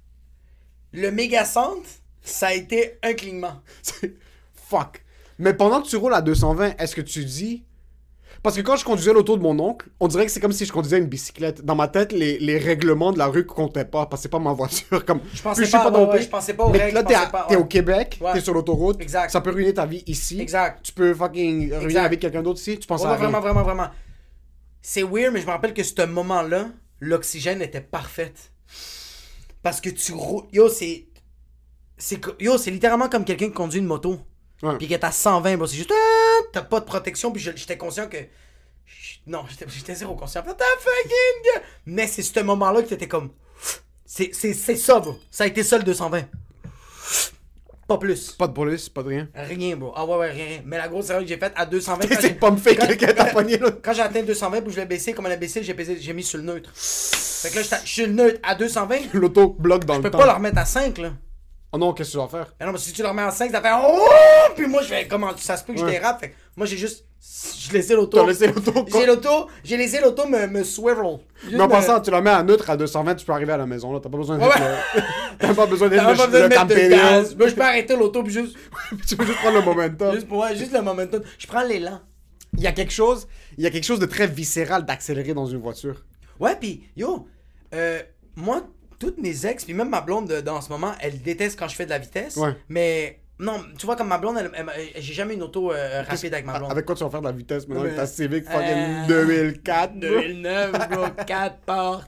Le méga centre, ça a été un clignement. Fuck. Mais pendant que tu roules à deux cent vingt, est-ce que tu dis... Parce que quand je conduisais l'auto de mon oncle, on dirait que c'est comme si je conduisais une bicyclette. Dans ma tête, les, les règlements de la rue comptaient pas, parce que c'est pas ma voiture. Comme, Je pensais plus suis pas, ouais, dopé. ouais, je pensais pas aux Mais règles, là, je t'es, pensais à- pas, t'es ouais. au Québec, Ouais. t'es sur l'autoroute. Exact. Ça peut ruiner ta vie ici. Exact. Tu peux fucking ruiner Exact. avec quelqu'un d'autre ici. Tu penses Ouais, à rien. vraiment, vraiment, vraiment. C'est weird, mais je me rappelle que ce moment-là, l'oxygène était parfaite. Parce que tu roules. Yo, c'est. c'est que, yo, c'est littéralement comme quelqu'un qui conduit une moto. Ouais. Puis qui est à cent vingt, bro. C'est juste, ah, t'as pas de protection. Puis je- j'étais conscient que. Non, j'étais, j'étais zéro conscient. T'as fucking. gueule. Mais c'est ce moment-là que t'étais comme. C'est, c'est, c'est ça, bro. Ça a été ça le deux cent vingt. Pas plus. Pas de police, pas de rien. Rien, bro. Ah ouais, ouais, rien. rien. Mais la grosse erreur que j'ai faite à deux cent vingt. quand C'est j'ai- pas me fait quand- quelqu'un t'a pogné là. Quand j'ai atteint deux cent vingt, puis je l'ai baissé comme un imbécile, j'ai, baissé, j'ai mis sur le neutre. Fait que là, j'étais- je suis le neutre à deux cent vingt. Je L'auto bloque dans peux le temps. pas le remettre à cinq, là. Oh non, qu'est-ce que tu vas faire? Mais non, mais si tu le remets à cinq, ça fait oh! Puis moi, je fais comment ça se peut que je Ouais. dérape. Fait que moi, j'ai juste. Je laissé l'auto. T'as laissé l'auto. J'ai l'auto. J'ai laissé l'auto me, me swivel. Juste Mais en me- passant, tu la mets à neutre à deux cent vingt, tu peux arriver à la maison là. T'as pas besoin de Ouais. le... T'as pas besoin de T'as même pas le, besoin de le mettre de camper, gaz. là. Moi, je peux arrêter l'auto, puis juste. Tu peux juste prendre le momentum. Juste, ouais, juste le momentum. Je prends l'élan. Il y a quelque chose, il y a quelque chose de très viscéral d'accélérer dans une voiture. Ouais, pis yo, euh, moi, toutes mes ex, puis même ma blonde de- dans ce moment, elle déteste quand je fais de la vitesse. Ouais. Mais non, tu vois, comme ma blonde, elle, elle- elle- j'ai jamais une auto euh, rapide avec ma blonde. Avec quoi tu vas faire de la vitesse maintenant avec Ouais. ta Civic Euh, fucking deux mille quatre? deux mille neuf, bro, quatre portes,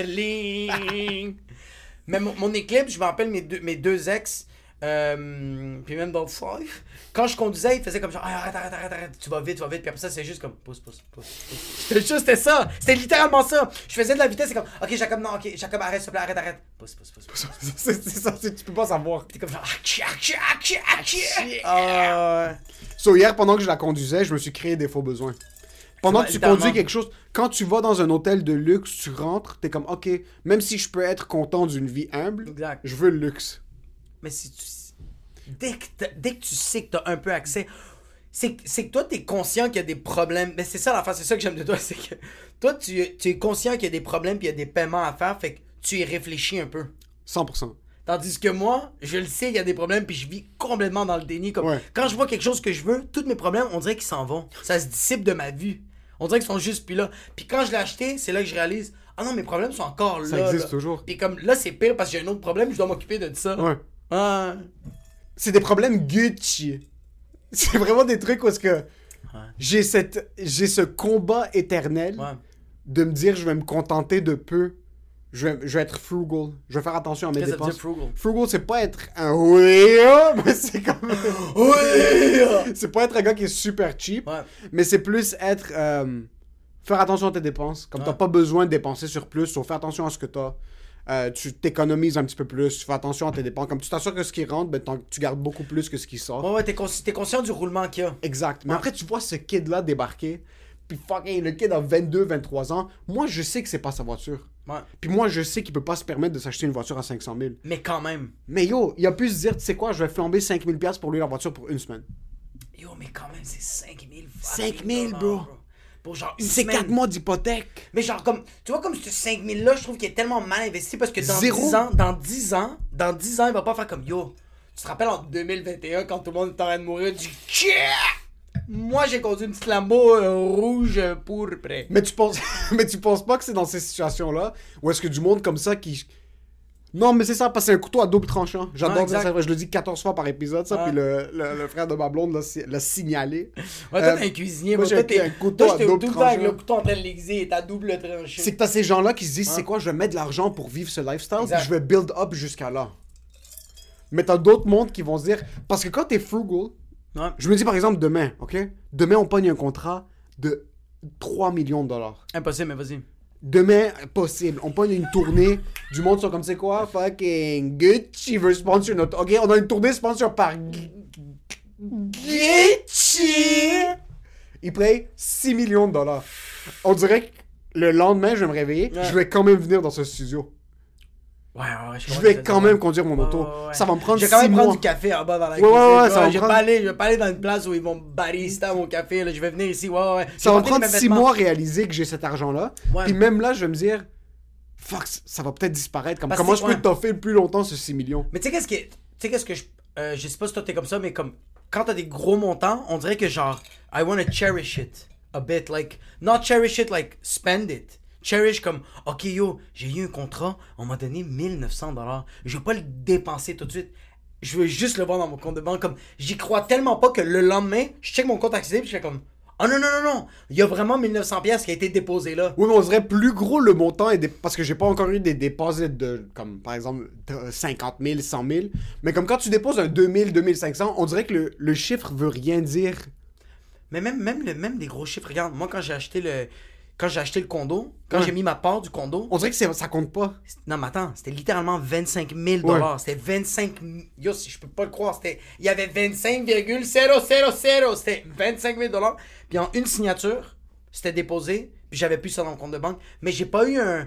Berlin. Mais mon, mon équilibre, je me rappelle mes deux, mes deux ex, euh, puis même dans le five, quand je conduisais, ils faisaient comme genre, ah, arrête, arrête, arrête, arrête, tu vas vite, tu vas vite, puis après ça, c'est juste comme, pousse, pousse, pousse, pousse. C'était juste, c'était ça, c'était littéralement ça. Je faisais de la vitesse, c'est comme, ok, Jacob, non, ok, Jacob, arrête, s'il te plaît, arrête, arrête, pousse, pousse, pousse, pousse. C'est c'est ça, c'est- tu peux pas savoir. Puis t'es comme genre, ah, tchia, tchia, tchia, tchia. Ah, ouais. So hier, pendant que je la conduisais, je me suis créé des faux besoins. Pendant vois, que tu littéralement. conduis quelque chose, quand tu vas dans un hôtel de luxe, tu rentres, t'es comme, ok, même si je peux être content d'une vie humble, Exact. je veux le luxe. Mais si tu. Dès que, t'as- dès que tu sais que t'as un peu accès, c'est, c'est que toi, t'es conscient qu'il y a des problèmes. Mais c'est ça l'affaire, c'est ça que j'aime de toi, c'est que toi, tu, tu es conscient qu'il y a des problèmes puis il y a des paiements à faire, fait que tu y réfléchis un peu. cent pour cent. Tandis que moi, je le sais, il y a des problèmes puis je vis complètement dans le déni. Comme Ouais. quand je vois quelque chose que je veux, tous mes problèmes, on dirait qu'ils s'en vont. Ça se dissipe de ma vue. On dirait qu'ils sont juste plus là. Puis quand je l'ai acheté, c'est là que je réalise, ah non, mes problèmes sont encore là. Ça existe là. toujours. Puis comme là, c'est pire parce que j'ai un autre problème, je dois m'occuper de ça. Ouais. Ah. C'est des problèmes Gucci. C'est vraiment des trucs où est-ce que j'ai cette j'ai ce combat éternel Ouais. de me dire je vais me contenter de peu. Je vais, je vais être frugal. Je vais faire attention à mes Qu'est-ce que ça veut dépenses. dire, frugal? Frugal, c'est pas être un oui, mais c'est comme Oui! c'est pas être un gars qui est super cheap, Ouais. mais c'est plus être euh, faire attention à tes dépenses. Comme t'as Ouais. pas besoin de dépenser sur plus, sauf faire attention à ce que t'as. Euh, tu t'économises un petit peu plus, tu fais attention à tes dépenses. Comme tu t'assures que ce qui rentre, ben, t'en- tu gardes beaucoup plus que ce qui sort. Ouais, ouais, t'es, consci- t'es conscient du roulement qu'il y a. Exact. Mais Ouais. après, tu vois ce kid-là débarquer, puis fucking, le kid a vingt-deux, vingt-trois ans. Moi, je sais que c'est pas sa voiture. Ouais. Puis moi, je sais qu'il peut pas se permettre de s'acheter une voiture à cinq cent mille. Mais quand même. Mais yo, il a pu se dire, tu sais quoi, je vais flamber cinq mille dollars pour lui la voiture pour une semaine. Yo, mais quand même, c'est cinq mille. cinq mille, bro. Pour genre une C'est semaine. quatre mois d'hypothèque. Mais genre, comme, tu vois, comme ce cinq mille là, je trouve qu'il est tellement mal investi parce que dans Zéro. dix ans, dans dix ans, dans dix ans, il va pas faire comme yo. Tu te rappelles en deux mille vingt et un quand tout le monde est en train de mourir du moi, j'ai conduit une petite Lambo euh, rouge euh, pourpre. Mais tu penses, mais tu penses pas que c'est dans ces situations-là où est-ce que du monde comme ça qui. Non, mais c'est ça, parce que c'est un couteau à double tranchant. J'adore Ouais, dire exact. ça. Je le dis quatorze fois par épisode, ça. Ouais. Puis le, le, le frère de ma blonde l'a, si- l'a signalé. Ouais, toi, Euh, t'es un cuisinier. moi, Moi, j'ai toi, t'es un couteau toi, à j'étais double tout le temps avec tranchant. le couteau en train de l'aiguiser et ta double tranchée. C'est que t'as ces gens-là qui se disent, Ouais. c'est quoi, je vais mettre de l'argent pour vivre ce lifestyle, Exact. puis je vais build up jusqu'à là. Mais t'as d'autres mondes qui vont se dire, parce que quand t'es frugal, Ouais. je me dis par exemple demain, ok? Demain, on pogne un contrat de trois millions de dollars. Impossible, mais vas-y. Demain, possible. On pogne une tournée. Du monde sont comme, c'est quoi? Fucking Gucci veut sponsor notre... Ok, on a une tournée sponsor par... Gu- Gucci! Ils payent six millions de dollars. On dirait que le lendemain, je vais me réveiller, Ouais. je vais quand même venir dans ce studio. Ouais, ouais, ouais. Je vais quand même conduire mon auto. Ouais, ouais, ouais. Ça va me prendre Je six vais quand même mois. prendre du café en bas dans la Ouais, cuisine. ouais, ouais, tu ça vois. va je, vais prendre- pas aller, je vais pas aller dans une place où ils vont barista mon café. Là. Je vais venir ici. Ouais, ouais. Ça Je va vais me porter prendre mes six vêtements. mois à réaliser que j'ai cet argent-là. Ouais. Puis même là, je vais me dire, fuck, ça va peut-être disparaître. Comme, Parce comment que- je peux ouais. toffer le plus longtemps ce six millions? Mais tu sais qu'est-ce que tu sais qu'est-ce que je euh, je sais pas si toi t'es comme ça, mais comme quand t'as des gros montants, on dirait que genre I wanna cherish it a bit, like not cherish it like spend it. Cherish comme ok yo, j'ai eu un contrat, on m'a donné mille neuf cents dollars, je veux pas le dépenser tout de suite. Je veux juste le voir dans mon compte de banque. Comme j'y crois tellement pas que le lendemain, je check mon compte accessible, je fais comme Oh non, non, non, non. Il y a vraiment mille neuf cents pièces qui a été déposé là. Oui, mais on dirait plus gros le montant, est dé... parce que j'ai pas encore eu des déposits de, comme par exemple, cinquante mille, cent mille. Mais comme quand tu déposes un deux mille, deux mille cinq cents, on dirait que le, le chiffre veut rien dire. Mais même, même, le, même les gros chiffres, regarde, moi quand j'ai acheté le quand j'ai acheté le condo, quand Ouais. j'ai mis ma part du condo... On dirait que c'est... ça compte pas. Non, mais attends, c'était littéralement vingt-cinq mille dollars. Ouais. C'était vingt-cinq... Yo, si je peux pas le croire, c'était... Il y avait vingt-cinq virgule zéro zéro zéro. C'était vingt-cinq mille dollars. Puis en une signature, c'était déposé, puis j'avais plus ça dans mon compte de banque. Mais j'ai pas eu un...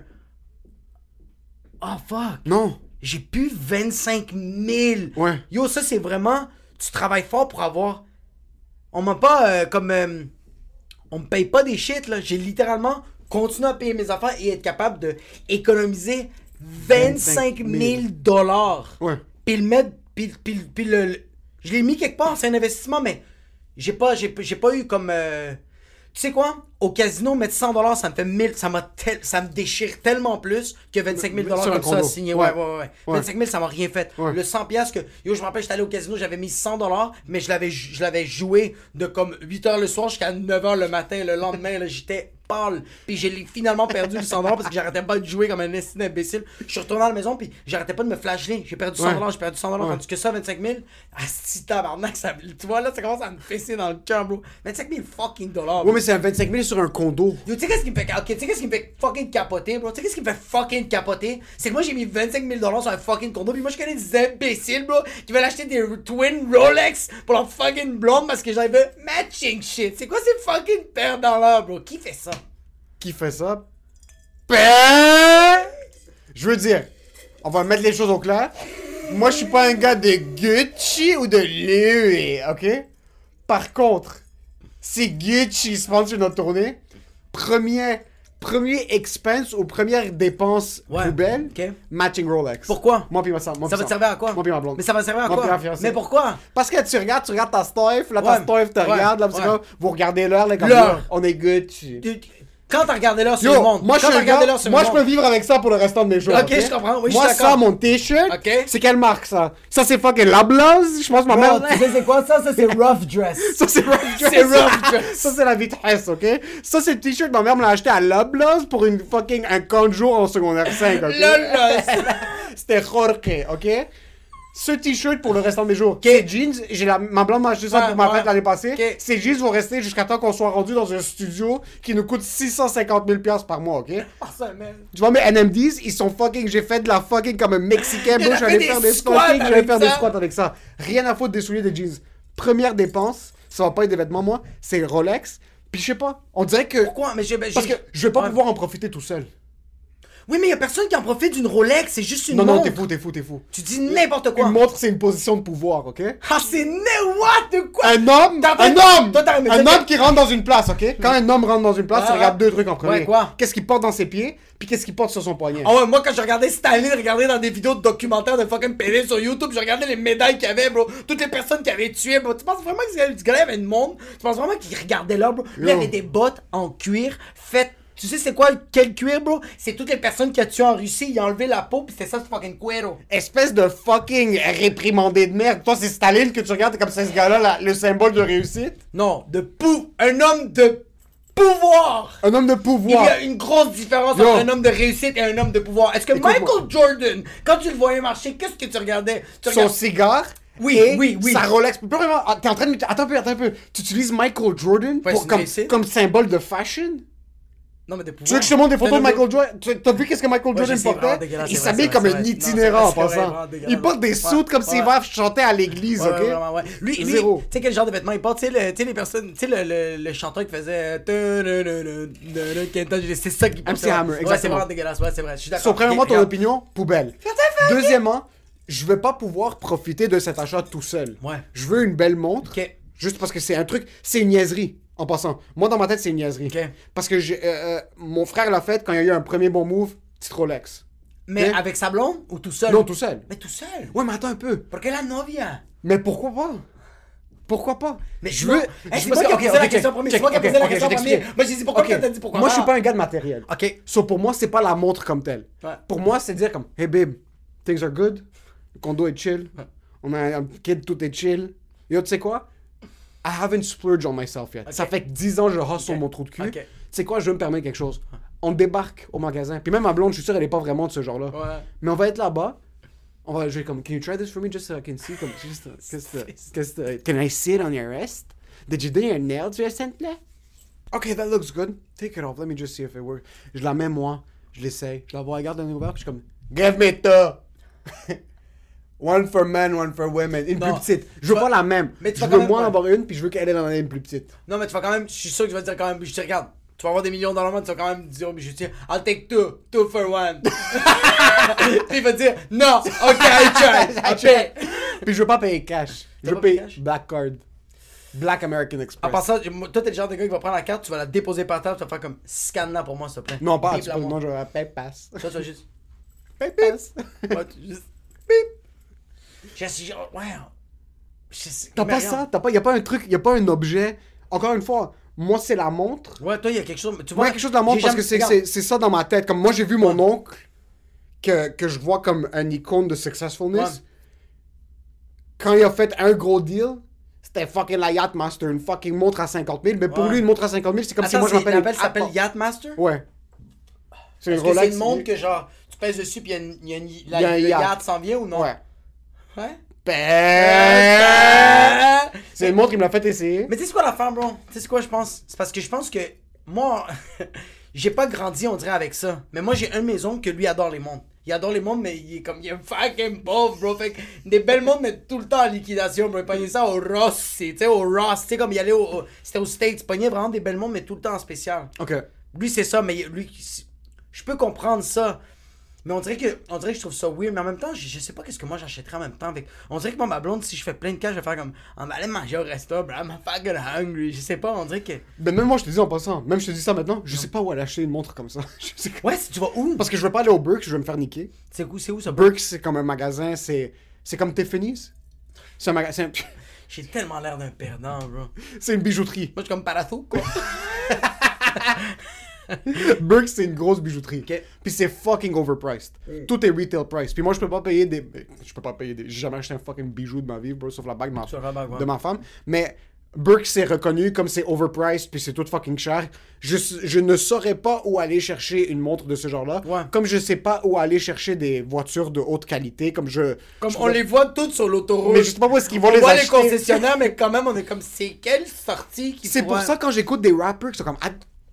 Oh, fuck. Non. J'ai plus vingt-cinq mille. Ouais. Yo, ça, c'est vraiment... Tu travailles fort pour avoir... On m'a pas euh, comme... euh, On me paye pas des shit, là. J'ai littéralement continué à payer mes affaires et être capable de économiser vingt-cinq mille dollars. Ouais. Puis le mettre... Puis, puis, puis le, le- Je l'ai mis quelque part, c'est un investissement, mais... J'ai pas, j'ai, j'ai pas eu comme... euh, Tu sais quoi? Au casino, mettre cent dollars, ça me fait mille... Ça, m'a tel- ça me déchire tellement plus que vingt-cinq mille dollars Sur un comme ça à condo. signer. Ouais. Ouais, ouais, ouais. ouais. Ouais. vingt-cinq mille, ça m'a rien fait. Ouais. Le cent piastres que... Yo, je me rappelle, j'étais allé au casino, j'avais mis cent dollars, mais je l'avais, je l'avais joué de comme huit heures le soir jusqu'à neuf heures le matin. Le lendemain, là, j'étais pâle. Puis j'ai finalement perdu le cent dollars parce que j'arrêtais pas de jouer comme un estime imbécile. Je suis retourné à la maison, puis j'arrêtais pas de me flasher. J'ai perdu cent dollars, j'ai perdu cent dollars. Ouais. Tandis que ça, vingt-cinq mille, asti tabarnak, ça... Tu vois, là, ça commence à me fesser dans le cœur, bro. vingt-cinq mille fucking dollars. Ouais, mais c'est un vingt-cinq mille sur un condo. Yo, tu sais qu'est-ce qui me fait, ok, tu sais qu'est-ce qui me fait fucking capoter, bro? Tu sais qu'est-ce qui me fait fucking capoter? C'est que moi j'ai mis vingt-cinq mille dollars sur un fucking condo, puis moi je connais des imbéciles, bro, qui veulent acheter des twin Rolex pour leur fucking blonde parce que j'avais matching shit. C'est quoi ces fucking perdants là, bro? Qui fait ça? Qui fait ça? Ben... Je veux dire, on va mettre les choses au clair. Moi, je suis pas un gars de Gucci ou de Louis, ok? Par contre, si Gucci sponsor notre tournée, premier, premier expense ou première dépense Ouais, poubelle, ok. matching Rolex. Pourquoi? Moi puis ma soeur. moi Ça puis va te ça. servir à quoi? Moi puis ma blonde. Mais ça va te servir à Moi puis quoi? ma fiancée. Mais pourquoi? Parce que tu regardes, tu regardes ta stuff, là ta Ouais. stuff te Ouais. regarde, là, parce que Ouais. là, vous regardez l'heure, là, comme L'heure. là, on est Gucci. Tu- tu- Quand t'as regardé l'heure sur Yo, le monde, moi, je quand suis t'as un regardé gars, l'heure sur moi, le je monde, peux vivre avec ça pour le restant de mes jours. Ok, je comprends, oui, je moi, suis d'accord. ça, mon t-shirt, Ok. c'est quelle marque, ça? Ça, c'est fucking Loblaws? Je pense que ma mère... Bro, tu sais c'est quoi ça? Ça c'est rough dress. Ça, c'est rough dress. C'est rough dress. Ça, c'est la vitesse, ok? Ça, c'est le t-shirt, ma mère me l'a acheté à Loblaws pour une fucking, un camp de jour en secondaire cinq, ok? Lol, C'était Jorge, ok? Ce t-shirt pour le restant de mes jours. Ces jeans, j'ai la... ma blonde m'a acheté ça Ouais, pour ma ouais. fête l'année passée. Ok. Ces jeans vont rester jusqu'à temps qu'on soit rendu dans un studio qui nous coûte six cent cinquante mille dollars par mois, ok? Ah, ça, man. Tu vois, mes N M Ds, ils sont fucking. J'ai fait de la fucking comme un Mexicain, Il bro. a J'allais fait faire des des squats fucking. J'allais avec faire des ça. squats avec ça. Rien à foutre des souliers, des jeans. Première dépense, ça va pas être des vêtements, moi, c'est Rolex. Puis je sais pas, on dirait que. Pourquoi? Mais j'ai, ben, Parce j'ai- que je vais pas Ouais. pouvoir en profiter tout seul. Oui, mais y a personne qui en profite d'une Rolex, c'est juste une Non, non, montre. t'es fou, t'es fou, t'es fou. Tu dis n'importe quoi. Une montre, c'est une position de pouvoir, ok? Ah, c'est né what de quoi? Un homme, T'as- un t'as- homme, toi, t'as- mais un t'as- homme qui rentre dans une place, ok? Quand un homme rentre dans une place, Ah, tu ah. regardes deux trucs en premier. Ouais, quoi? Qu'est-ce qu'il porte dans ses pieds, puis qu'est-ce qu'il porte sur son poignet. Ah ouais, moi quand je regardais Staline regarder dans des vidéos de documentaires de fucking pédés sur YouTube, je regardais les médailles qu'il y avait, bro. Toutes les personnes qui avaient tué, bro. Tu penses vraiment que ce gars-là avait une montre? Tu penses vraiment qu'il regardait là, bro? Lui Yo. avait des bottes en cuir faites. Tu sais c'est quoi quel cuir, bro? C'est toutes les personnes qu'il a tuées en Russie, il a enlevé la peau, pis c'était ça, ce fucking cuero. Espèce de fucking réprimandé de merde. Toi, c'est Staline que tu regardes, t'es comme c'est ce gars-là, la- le symbole de réussite. Non, de pou... Un homme de pouvoir! Un homme de Il y pouvoir. a une grosse différence Yo. entre un homme de réussite et un homme de pouvoir. Est-ce que Écoute-moi. Michael Jordan, quand tu le voyais marcher, qu'est-ce que tu regardais? Tu Son regardes... cigare. Oui, et oui, oui. sa Rolex. Plus vraiment. ah, T'es en train de. Attends un peu, attends un peu. Tu utilises Michael Jordan Ouais, pour, c'est comme, réussite. comme symbole de fashion? Non, mais de pouvoir. Tu veux que je te montre des photos de C'est un Michael Jordan? Tu- T'as vu qu'est-ce que Michael Ouais, Jordan je sais, vraiment portait? dégueulasse, Il c'est vrai, s'habille c'est comme vrai, un c'est vrai. itinérant Non, en c'est vrai, c'est passant. vraiment dégueulasse. Il porte des Ouais, soutes comme s'il ouais. va chanter à l'église, Ouais, ok? ouais, ouais, ouais. Lui, lui, Zéro. tu sais quel genre de vêtements il porte? Tu sais, le- tu sais, les personnes, tu sais, le, le, le chanteur qui faisait. C'est ça qu'il porte. M C Hammer, Ouais, c'est exactement. vraiment dégueulasse, ouais, c'est vrai. Je suis d'accord. So, premièrement, Ok, ton regarde. opinion, poubelle. Deuxièmement, je vais pas pouvoir profiter de cet achat tout seul. Ouais. Je veux une belle montre. Ok. Juste parce que c'est un truc, c'est une niaiserie. En passant, moi dans ma tête c'est une niaiserie. Ok. Parce que j'ai, euh, euh, mon frère l'a fait quand il y a eu un premier bon move, petite Rolex. Mais Ok. avec sa blonde ou tout seul? Non, tout seul. Mais tout seul. Ouais, mais attends un peu. Porque la novia. Mais pourquoi pas? Pourquoi pas? Mais je non. veux. Hey, je- c'est parce moi qui que- ai posé ok, la ok, question check, premier. check, C'est moi qui ai ok, posé la ok, question je premier. t'explique. Moi, j'ai dit pourquoi Ok. t'as dit pourquoi Moi, pas. je suis pas un gars de matériel. Ok. So, pour moi, c'est pas la montre comme telle. Ouais. Pour moi, c'est dire comme, hey babe, things are good. Le condo est chill. On a un kid, tout est chill. Yo, tu sais quoi? I haven't splurged on myself yet. Okay. Ça fait que dix ans que je hustle okay. mon trou de cul. Okay. Tu sais quoi, je veux me permettre quelque chose. On débarque au magasin. Puis même ma blonde, je suis sûr, elle est pas vraiment de ce genre-là. Ouais. Mais on va être là-bas. On va, je vais comme, can you try this for me just so I can see? Comme, just, uh, just, uh, just, uh, can I sit on your wrist? Did you do your nails recently? Okay, that looks good. Take it off. Let me just see if it works. Je la mets moi. Je l'essaye. Je la vois, regarde dans ouvert. Puis je suis comme, give me two. One for men, one for women. Une non, plus petite. Je veux vas, pas la même. Mais tu je veux moi en avoir une, puis je veux qu'elle en ait une plus petite. Non, mais tu vas quand même. Je suis sûr que tu vas dire quand même. Je te regarde. Tu vas avoir des millions dans le monde, tu vas quand même dire, je tiens, I'll take two, two for one. Puis il va dire, non, ok, I try, I try. Puis je veux pas payer cash. Je veux payer cash? Black card. Black American Express. En passant, toi t'es le genre de gars qui va prendre la carte, tu vas la déposer par terre, tu vas faire comme, scanne-la pour moi s'il te plaît. Non, pas, tu peux, non, je vais PayPass. Ça, tu vas juste, PayPass. Ouais, tu juste, bip. Je suis genre, wow. T'as pas ça, t'as pas, y'a pas un truc, y'a pas un objet, encore une fois. Moi, c'est la montre. Ouais, toi, il y a quelque chose. Tu vois, ouais, quelque chose de la montre parce que c'est, c'est, c'est ça dans ma tête. Comme moi, j'ai vu mon ouais. oncle que, que je vois comme un icône de successfulness. Ouais. Quand il a fait un gros deal, c'était fucking la Yachtmaster, une fucking montre à cinquante mille. Mais pour ouais. lui, une montre à cinquante mille, c'est comme Attends, si moi, je m'appelle. Ça s'appelle Yachtmaster? Ouais. C'est une, Rolex, c'est une montre que genre, tu pèses dessus, puis il y a une. Y a une la, y a un le yacht. yacht s'en vient ou non? Ouais. Ouais? Ben... C'est une montre qui me l'a fait essayer. Mais tu sais quoi l'affaire, bro? Tu sais quoi je pense? C'est parce que je pense que moi, j'ai pas grandi, on dirait, avec ça. Mais moi, j'ai un de mes oncles que lui adore les montres. Il adore les montres, mais il est comme, il est fucking pauvre, bro. Fait que des belles montres, mais tout le temps en liquidation, bro. Il pognait ça au Ross, tu sais, au Ross. Tu sais, comme il allait au, au. C'était aux States. Il pognait vraiment des belles montres, mais tout le temps en spécial. Ok. Lui, c'est ça, mais lui, je peux comprendre ça. Mais on dirait que on dirait que je trouve ça weird, mais en même temps, je, je sais pas qu'est-ce que moi j'achèterais en même temps. Avec... On dirait que moi, ma blonde, si je fais plein de cash, je vais faire comme on va aller manger au resto, bro, I'm fucking hungry. Je sais pas, on dirait que. Ben même moi, je te dis en passant, même je te dis ça maintenant, je sais pas où aller acheter une montre comme ça. Je sais que... Ouais, si tu vas où? Parce que je veux pas aller au Burks, je vais me faire niquer. C'est où, c'est où ça? Burks, c'est comme un magasin, c'est c'est comme Tiffany's. C'est un magasin. J'ai tellement l'air d'un perdant, bro. C'est une bijouterie. Moi, je suis comme Parathou, quoi. Burks, c'est une grosse bijouterie. Okay. Puis c'est fucking overpriced. Mm. Tout est retail price. Puis moi, je peux pas payer des. Je peux pas payer des. J'ai jamais acheté un fucking bijou de ma vie, bro, sauf la bague de ma, la bague, ouais. de ma femme. Mais Burks, c'est reconnu comme c'est overpriced, puis c'est tout fucking cher. Je, je ne saurais pas où aller chercher une montre de ce genre-là. Ouais. Comme je sais pas où aller chercher des voitures de haute qualité. Comme je. Comme je on les voit toutes sur l'autoroute. Mais je sais pas où est-ce qu'ils vont on les voit acheter. On voit les concessionnaires, mais quand même, on est comme, c'est quelle sortie qui C'est pourrait... pour ça, quand j'écoute des rappers qui sont comme.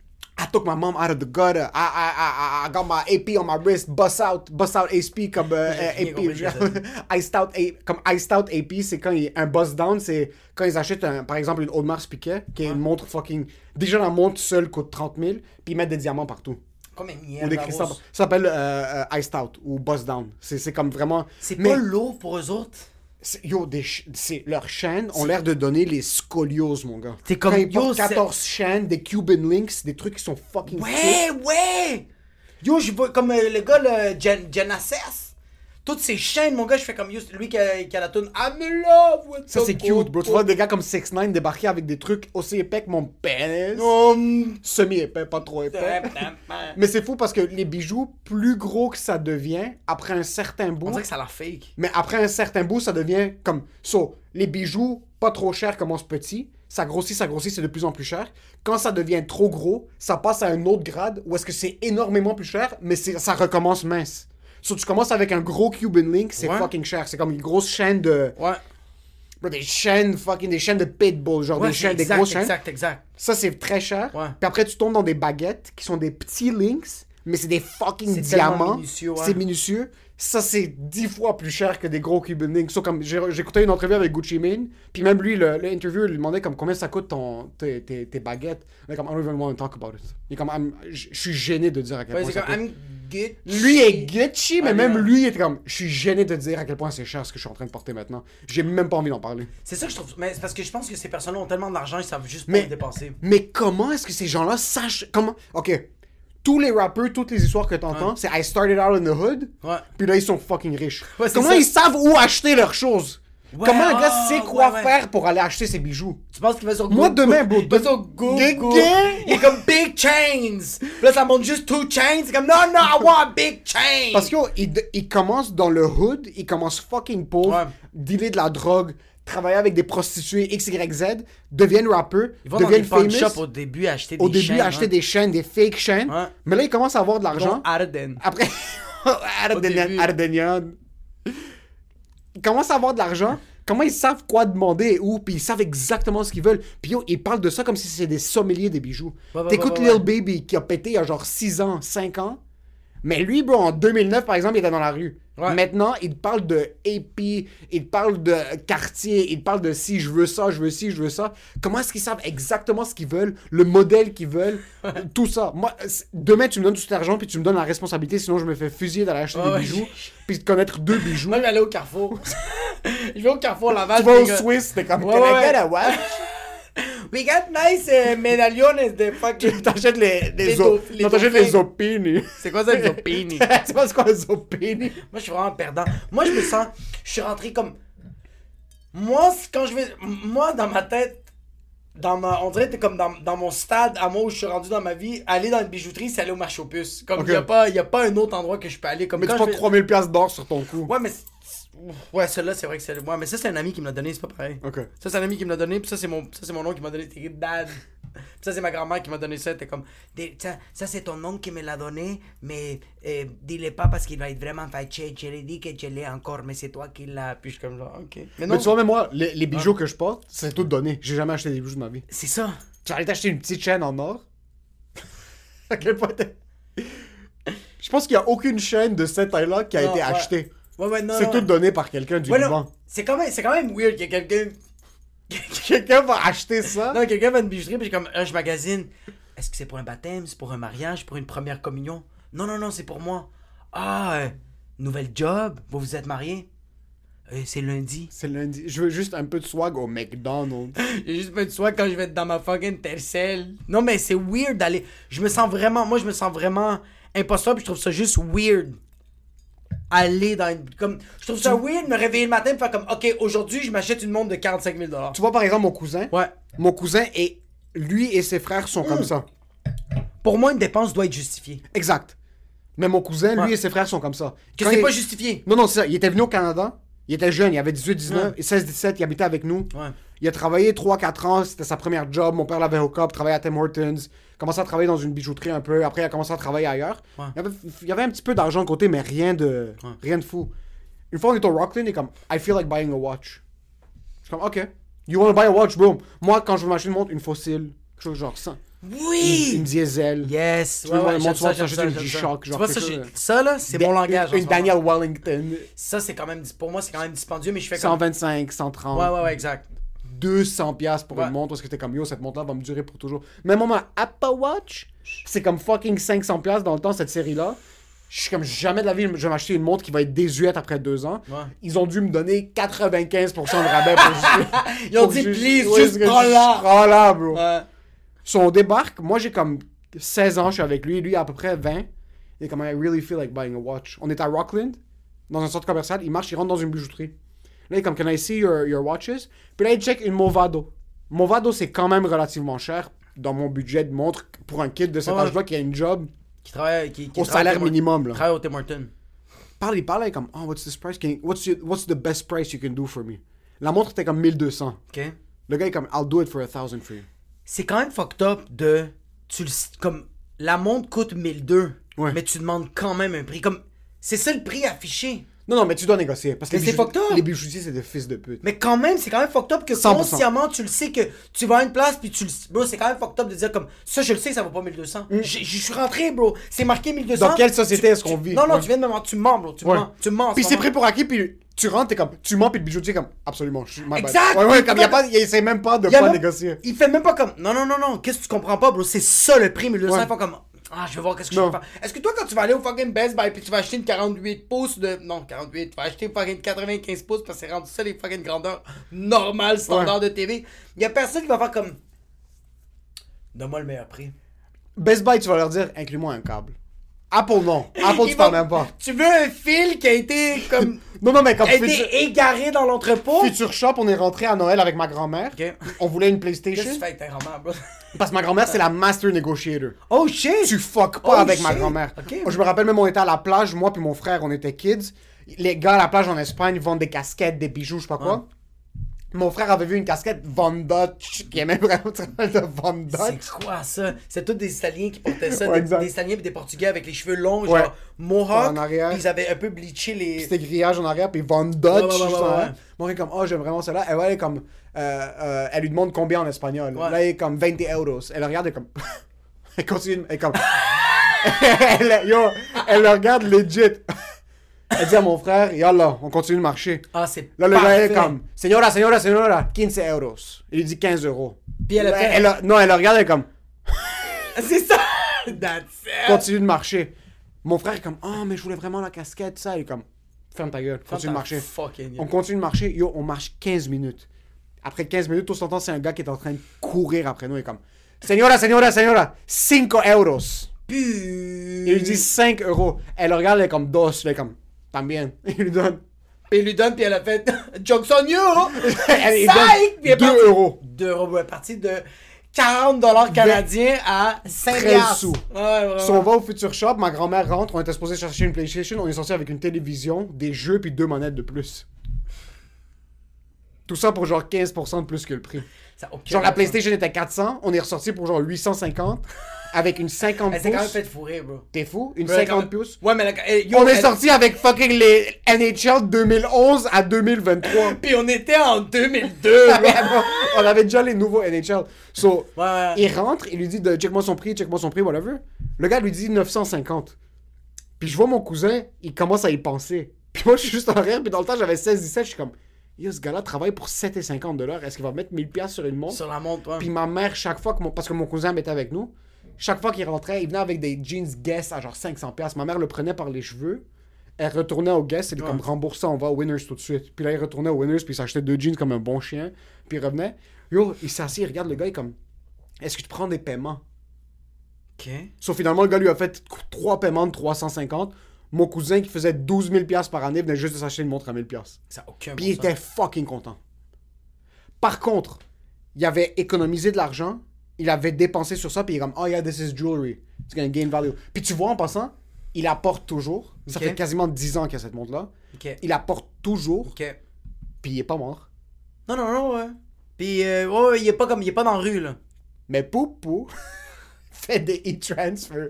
I took my mom out of the gutter. I I I I got my A P on my wrist. Bust out, bust out A P comme euh, A P. Iced out, A, comme iced out A P, c'est quand il y a un bust down, c'est quand ils achètent un, par exemple une Audemars Piguet, qui est une montre fucking. Déjà la montre seule coûte trente mille, puis ils mettent des diamants partout. Comme une merde. Ou des cristaux. Ça s'appelle euh, euh, iced out ou bust down. C'est c'est comme vraiment. C'est mais... pas lourd pour eux autres. C'est, yo, des ch- c'est, leurs chaînes ont c'est... l'air de donner les scolioses, mon gars. C'est comme, quand ils yo, portent quatorze c'est... chaînes, des Cuban Links, des trucs qui sont fucking Ouais, thick. ouais! Yo, je vois comme euh, le gars, le Gen- Genesis. Toutes ces chaînes, mon gars, je fais comme yo, lui qui a, qui a la tune I'm in love with ça, c'est cute, bro. Tu vois des gars comme six neuf débarquer avec des trucs aussi épais que mon pénis. Um... Semi-épais, pas trop épais. Mais c'est fou parce que les bijoux, plus gros que ça devient, après un certain bout. On dirait que ça a l'air fake. Mais après un certain bout, ça devient comme. So, les bijoux, pas trop chers, commencent petits. Ça grossit, ça grossit, c'est de plus en plus cher. Quand ça devient trop gros, ça passe à un autre grade où est-ce que c'est énormément plus cher, mais c'est, ça recommence mince. So, tu commences avec un gros Cuban Link, c'est ouais. fucking cher. C'est comme une grosse chaîne de. Ouais. Bro, des chaînes fucking. Des chaînes de pitbull, genre ouais, des chaînes, exact, des grosses chaînes. Exact, exact. Ça, c'est très cher. Ouais. Puis après, tu tombes dans des baguettes qui sont des petits links, mais c'est des fucking c'est diamants. Minutieux, ouais. C'est minutieux. Ça, c'est dix fois plus cher que des gros Cuban Links. So, comme j'ai, j'écoutais une entrevue avec Gucci Mane, puis même lui, le, l'interviewer lui demandait comme combien ça coûte ton, tes, tes, tes baguettes. Il est comme, I don't even want to talk about it. Il est comme, je suis gêné de dire à quel ouais, point c'est ça comme, coûte. I'm Lui est Gucci, mais ah, même non. lui est comme, je suis gêné de dire à quel point c'est cher ce que je suis en train de porter maintenant. J'ai même pas envie d'en parler. C'est ça que je trouve. Mais c'est parce que je pense que ces personnes ont tellement d'argent, ils savent juste pas mais, le dépenser. Mais comment est-ce que ces gens-là sachent. Comment. Ok. Tous les rappeurs, toutes les histoires que t'entends, ouais. c'est I started out in the hood, ouais. puis là ils sont fucking riches. Ouais, comment ça. ils savent où acheter leurs choses? Ouais, comment un oh, gars sait quoi ouais, ouais. faire pour aller acheter ses bijoux? Tu penses qu'il va sur Google? Moi demain, bro. Il va sur Google. Il est comme Big Chains. Là ça montre juste two chains. C'est comme non, non, I want Big Chains. Parce qu'il il commence dans le hood, il commence fucking pauvre, ouais. dealer de la drogue, travailler avec des prostituées X Y Z, deviennent rappeurs, Ils vont dans deviennent des pawn famous. shops au début acheter des Au début, chaînes, acheter ouais. des chaînes, des fake chaînes. Ouais. Mais là, ils commencent à avoir de l'argent. Dont Arden. Après, Ardenian, début. Ardenian. Ils commencent à avoir de l'argent. Comment ils savent quoi demander et où, puis ils savent exactement ce qu'ils veulent. Puis yo, ils parlent de ça comme si c'était des sommeliers des bijoux. Ouais, ouais, T'écoutes ouais, ouais, Lil Baby qui a pété il y a genre six ans, cinq ans. Mais lui, bro, en deux mille neuf, par exemple, il était dans la rue. Ouais. Maintenant, il parle de A P, il parle de quartier, il parle de si je veux ça, je veux ci, je veux ça. Comment est-ce qu'ils savent exactement ce qu'ils veulent, le modèle qu'ils veulent, tout ça. Moi, c'est- demain, tu me donnes tout cet argent, puis tu me donnes la responsabilité, sinon je me fais fusiller d'aller acheter Ouais, des ouais. bijoux, puis de connaître deux bijoux. Moi, je vais aller au Carrefour. Je vais au Carrefour Laval. Tu vas au puis, euh, Swiss, t'es comme, Ouais, can ouais, I ouais. get a watch? We got nice uh, medallones de fucking... T'achètes les, les, Les zo- do- les non, t'achètes dauphins. les Zopini. C'est quoi ça, les opini? C'est pas c'est quoi les Zopini? Moi, je suis vraiment perdant. Moi, je me sens... Je suis rentré comme... Moi, c'est quand je vais... Moi, dans ma tête... Dans ma... On dirait que t'es comme dans, dans mon stade, à moi où je suis rendu dans ma vie, aller dans une bijouterie, c'est aller au marché aux puces. Comme, il Ok. y a pas, y a pas un autre endroit que je peux aller. Comme Mais quand tu je prends vais- trois mille piastres d'or sur ton cou. Ouais, mais... c'est- Ouais, celle-là, c'est vrai que c'est... Ouais, mais ça, c'est un ami qui me l'a donné, c'est pas pareil. Ok. Ça, c'est un ami qui me l'a donné, puis ça, c'est mon, ça, c'est mon oncle qui m'a donné. T'es dad. Puis ça, c'est ma grand-mère qui m'a donné ça. T'es comme, Des- ça, ça, c'est ton oncle qui me l'a donné, mais euh, dis-le pas parce qu'il va être vraiment fâché. Je lui ai dit que je l'ai encore, mais c'est toi qui l'as. Puis je suis comme genre, ok. Mais non, Mais tu vois, même moi, les, les bijoux que je porte, c'est tout donné. J'ai jamais acheté des bijoux de ma vie. c'est ça. Tu allais t'acheter une petite chaîne en or? À quel point t'es... Je pense qu'il y a aucune chaîne de cette taille-là qui a Non, été ouais. achetée. Ouais, ouais, non. C'est non, tout ouais. donné par quelqu'un du Ouais, non, vivant. c'est quand même, c'est quand même weird que quelqu'un. Quelqu'un va acheter ça? Non, quelqu'un va à une bijouterie, puis je suis comme, ah, je magasine. Est-ce que c'est pour un baptême, c'est pour un mariage, pour une première communion? Non, non, non, c'est pour moi. Ah, euh, nouvelle job, vous vous êtes mariés? Euh, c'est lundi. C'est lundi. Je veux juste un peu de swag au McDonald's. J'ai juste pas de soin quand je vais être dans ma fucking tercelle. Non, mais c'est weird d'aller. Je me sens vraiment. Moi, je me sens vraiment imposteur, puis je trouve ça juste weird. Aller dans une. Comme, je trouve ça weird de me réveiller le matin et faire comme, ok, aujourd'hui, je m'achète une montre de quarante-cinq mille dollars. Tu vois, par exemple, mon cousin. Ouais. Mon cousin, et lui et ses frères sont comme ça. Pour moi, une dépense doit être justifiée. Exact. Mais mon cousin, lui Ouais. et ses frères sont comme ça. Que Quand c'est il- pas justifié. Non, non, c'est ça. Il était venu au Canada. Il était jeune, il avait dix-huit, dix-neuf, Ouais. seize, dix-sept, il habitait avec nous. Ouais. Il a travaillé trois quatre ans, c'était sa première job. Mon père l'avait hook up, travaillait à Tim Hortons, commencé à travailler dans une bijouterie un peu. Après, il a commencé à travailler ailleurs. Ouais. Il, y avait, il y avait un petit peu d'argent de côté, mais rien de, Ouais. rien de fou. Une fois, on est au Rockland, il est comme, I feel like buying a watch. Je suis comme, ok. You wanna buy a watch, bro? Moi, quand je veux m'acheter une montre, une fossile, quelque chose genre ça. Oui! Une, une diesel. Yes! Tu Ouais, veux ouais, une j'aime montre, tu ça, vas j'aime t'acheter ça, une j'aime ça. G-Shock, Tu genre vois, quelque ça, chose, j'ai- euh, ça, là, c'est Da- mon langage. Une, en une ce moment. Daniel Wellington. Ça, c'est quand même. Pour moi, c'est quand même dispendieux, mais je fais cent comme. vingt-cinq, cent trente. Ouais, ouais, ouais, exact. deux cents piastres pour Ouais. une montre parce que t'es comme yo, cette montre là va me durer pour toujours. Même mon Apple Watch, c'est comme fucking cinq cents piastres dans le temps cette série là. Je suis comme jamais de la vie je vais m'acheter une montre qui va être désuète après deux ans. Ouais. Ils ont dû me donner quatre-vingt-quinze pour cent de rabais pour juste. Ils ont pour dit, que je- please, ouais, juste parce que prends-la. je prends-la, bro. Ouais. So, on débarque, moi j'ai comme seize ans, je suis avec lui, lui a à peu près vingt. Il est comme I really feel like buying a watch. On est à Rockland, dans un centre commercial, il marche, il rentre dans une bijouterie. Là, il est comme, can I see your, your watches? Puis là, il check une Movado. Movado, c'est quand même relativement cher dans mon budget de montre pour un kid de cet Ouais. âge-là qui a une job Qui travaille. Qui, qui au travaille salaire Tim- minimum. qui Là. travaille au Tim Hortons. Parle, il parle, il est comme, oh, what's this price? Can you- what's, your- what's the best price you can do for me? La montre était comme mille deux cents. Ok. Le gars est comme, I'll do it for a thousand for you. C'est quand même fucked up de. Tu le. Comme. La montre coûte mille deux. Ouais. Mais tu demandes quand même un prix. Comme. C'est ça le prix affiché. Non, non, mais tu dois négocier. Parce que Mais les, c'est bijoux- fucked up. les bijoutiers, c'est des fils de pute. Mais quand même, c'est quand même fucked up que cent pour cent. consciemment, tu le sais que tu vas à une place, puis tu le. Bro, c'est quand même fucked up de dire comme. Ça, je le sais que ça vaut pas mille deux cents. Je je suis rentré, bro. C'est marqué mille deux cents. Dans quelle société Tu- est-ce qu'on tu- vit? Non, non, Ouais. tu viens de me mentir. Tu mens, bro. Tu Ouais. mens. Tu mens. en ce Puis c'est moment. pris pour acquis, puis tu rentres, t'es comme, tu mens, puis le bijoutier est comme, absolument, je suis my bad. Exact! Ouais, ouais, Il comme fait y a pas- pas, il essaie même pas de Il y a pas même- négocier. Il fait même pas comme. Non, non, non, non. Qu'est-ce que tu comprends pas, bro? C'est ça le prix, mille deux cents. Ouais. Il fait comme. Ah, je vais voir qu'est-ce que Non. je peux faire. Est-ce que toi, quand tu vas aller au fucking Best Buy, puis tu vas acheter une quarante-huit pouces de. Non, quarante-huit. Tu vas acheter une fucking quatre-vingt-quinze pouces parce que c'est rendu ça les fucking grandeurs normales, standard de T V. Il y a personne qui va faire comme. Donne-moi le meilleur prix. Best Buy, tu vas leur dire, inclus-moi un câble. Apple, non. Apple, Ils tu parles vont- même pas. Tu veux un fil qui a été comme. Non, non, mais comme a été Future, égaré dans l'entrepôt? Future Shop, on est rentré à Noël avec ma grand-mère. Ok. On voulait une Qu'est-ce PlayStation. que tu fais avec ta grand-mère, bro? Parce que ma grand-mère, c'est la master negotiator. Oh shit! Tu fuck pas Oh, avec ma shit. grand-mère. Ok. Je me rappelle même, on était à la plage, moi puis mon frère, on était kids. Les gars à la plage en Espagne vendent des casquettes, des bijoux, je sais pas quoi. Mon frère avait vu une casquette Von Dutch qui aimait vraiment de Von Dutch. C'est quoi ça? C'est tous des Italiens qui portaient ça, Ouais, des, exact. des Italiens et des Portugais avec les cheveux longs, Ouais. genre mohawk, En arrière. puis ils avaient un peu bleaché les... C'était grillage en arrière, puis Von Dutch. Ouais, ouais, ouais, juste ouais, en arrière. ouais. Mon frère est comme, oh, j'aime vraiment celle-là. Et ouais, elle est comme, euh, euh, elle lui demande combien en espagnol. Ouais. Là, elle est comme vingt euros. Elle le regarde, elle est comme, elle continue, elle est comme, elle, yo, elle le regarde legit. Elle dit à mon frère, yallah, on continue de marcher. Ah, c'est Là, le gars parfait. est comme, señora, señora, señora, quinze euros. Il lui dit quinze euros. Puis elle a fait... Elle, elle- non, elle le regarde, elle est comme, C'est ça! That's it! continue de marcher. Mon frère est comme, oh, mais je voulais vraiment la casquette, ça. Il est comme, ferme ta gueule, continue de marcher. Fucking On continue de marcher, yo, on marche quinze minutes. Après quinze minutes, tout ce temps, c'est un gars qui est en train de courir après nous. Il est comme, señora, señora, señora, cinco euros. Puis... Il lui dit cinq euros. Elle le regarde, elle est comme, dos. Elle est comme, también. Il lui donne, Puis il lui donne, puis elle a fait Jokes on you! elle lui Psych! Puis elle est donne partie- deux euros. deux euros. Elle est partie de quarante dollars canadiens à cinq treize piastres. sous. Ouais, vraiment. Si on va au Future Shop, ma grand-mère rentre, on était supposé chercher une PlayStation, on est sorti avec une télévision, des jeux puis deux monettes de plus. Tout ça pour genre quinze pour cent de plus que le prix. Ça a aucun Genre la sens. PlayStation était quatre cents, on est ressorti pour genre huit cent cinquante avec une cinquante Elle s'est quand même pouces. fait fourrer, bro. T'es fou? Une Bro, elle a quand cinquante même- pouces? Ouais, mais la- eh, yo, On est elle- sorti avec fucking les N H L deux mille onze à deux mille vingt-trois. Puis on était en deux mille deux, bro. On avait déjà les nouveaux N H L. So, Ouais, ouais. il rentre, il lui dit de check-moi son prix, check-moi son prix, whatever. Le gars lui dit neuf cent cinquante. Puis je vois mon cousin, il commence à y penser. Puis moi, je suis juste en rire, puis dans le temps, j'avais seize dix-sept, je suis comme, yo, ce gars-là travaille pour sept cinquante de l'heure, est-ce qu'il va mettre mille piastres sur une montre? Sur la montre, ouais. Puis ma mère, chaque fois que mon... Parce que mon cousin m'était avec nous, chaque fois qu'il rentrait, il venait avec des jeans Guess à genre cinq cents piastres. Ma mère le prenait par les cheveux, elle retournait au Guess, elle lui Ouais. comme remboursait, on va au Winners tout de suite. Puis là, il retournait au Winners, puis il s'achetait deux jeans comme un bon chien, puis il revenait. Yo, il s'est assis, il regarde le gars, il est comme, est-ce que tu prends des paiements? Ok. Sauf finalement, le gars lui a fait trois paiements de trois cent cinquante. Mon cousin qui faisait douze mille piastres par année venait juste de s'acheter une montre à mille piastres. Ça a aucun Puis bon il sens. était fucking content. Par contre, il avait économisé de l'argent, il avait dépensé sur ça, puis il est comme, oh yeah, this is jewelry. It's gonna gain value. Puis tu vois, en passant, il apporte toujours. Ça Ok. fait quasiment dix ans qu'il y a cette montre-là. Ok. Il apporte toujours, Ok. puis il est pas mort. Non, non, non, ouais. Puis, euh, ouais, ouais, il est pas comme, il est pas dans la rue, là. Mais Poupou fait des e-transfers.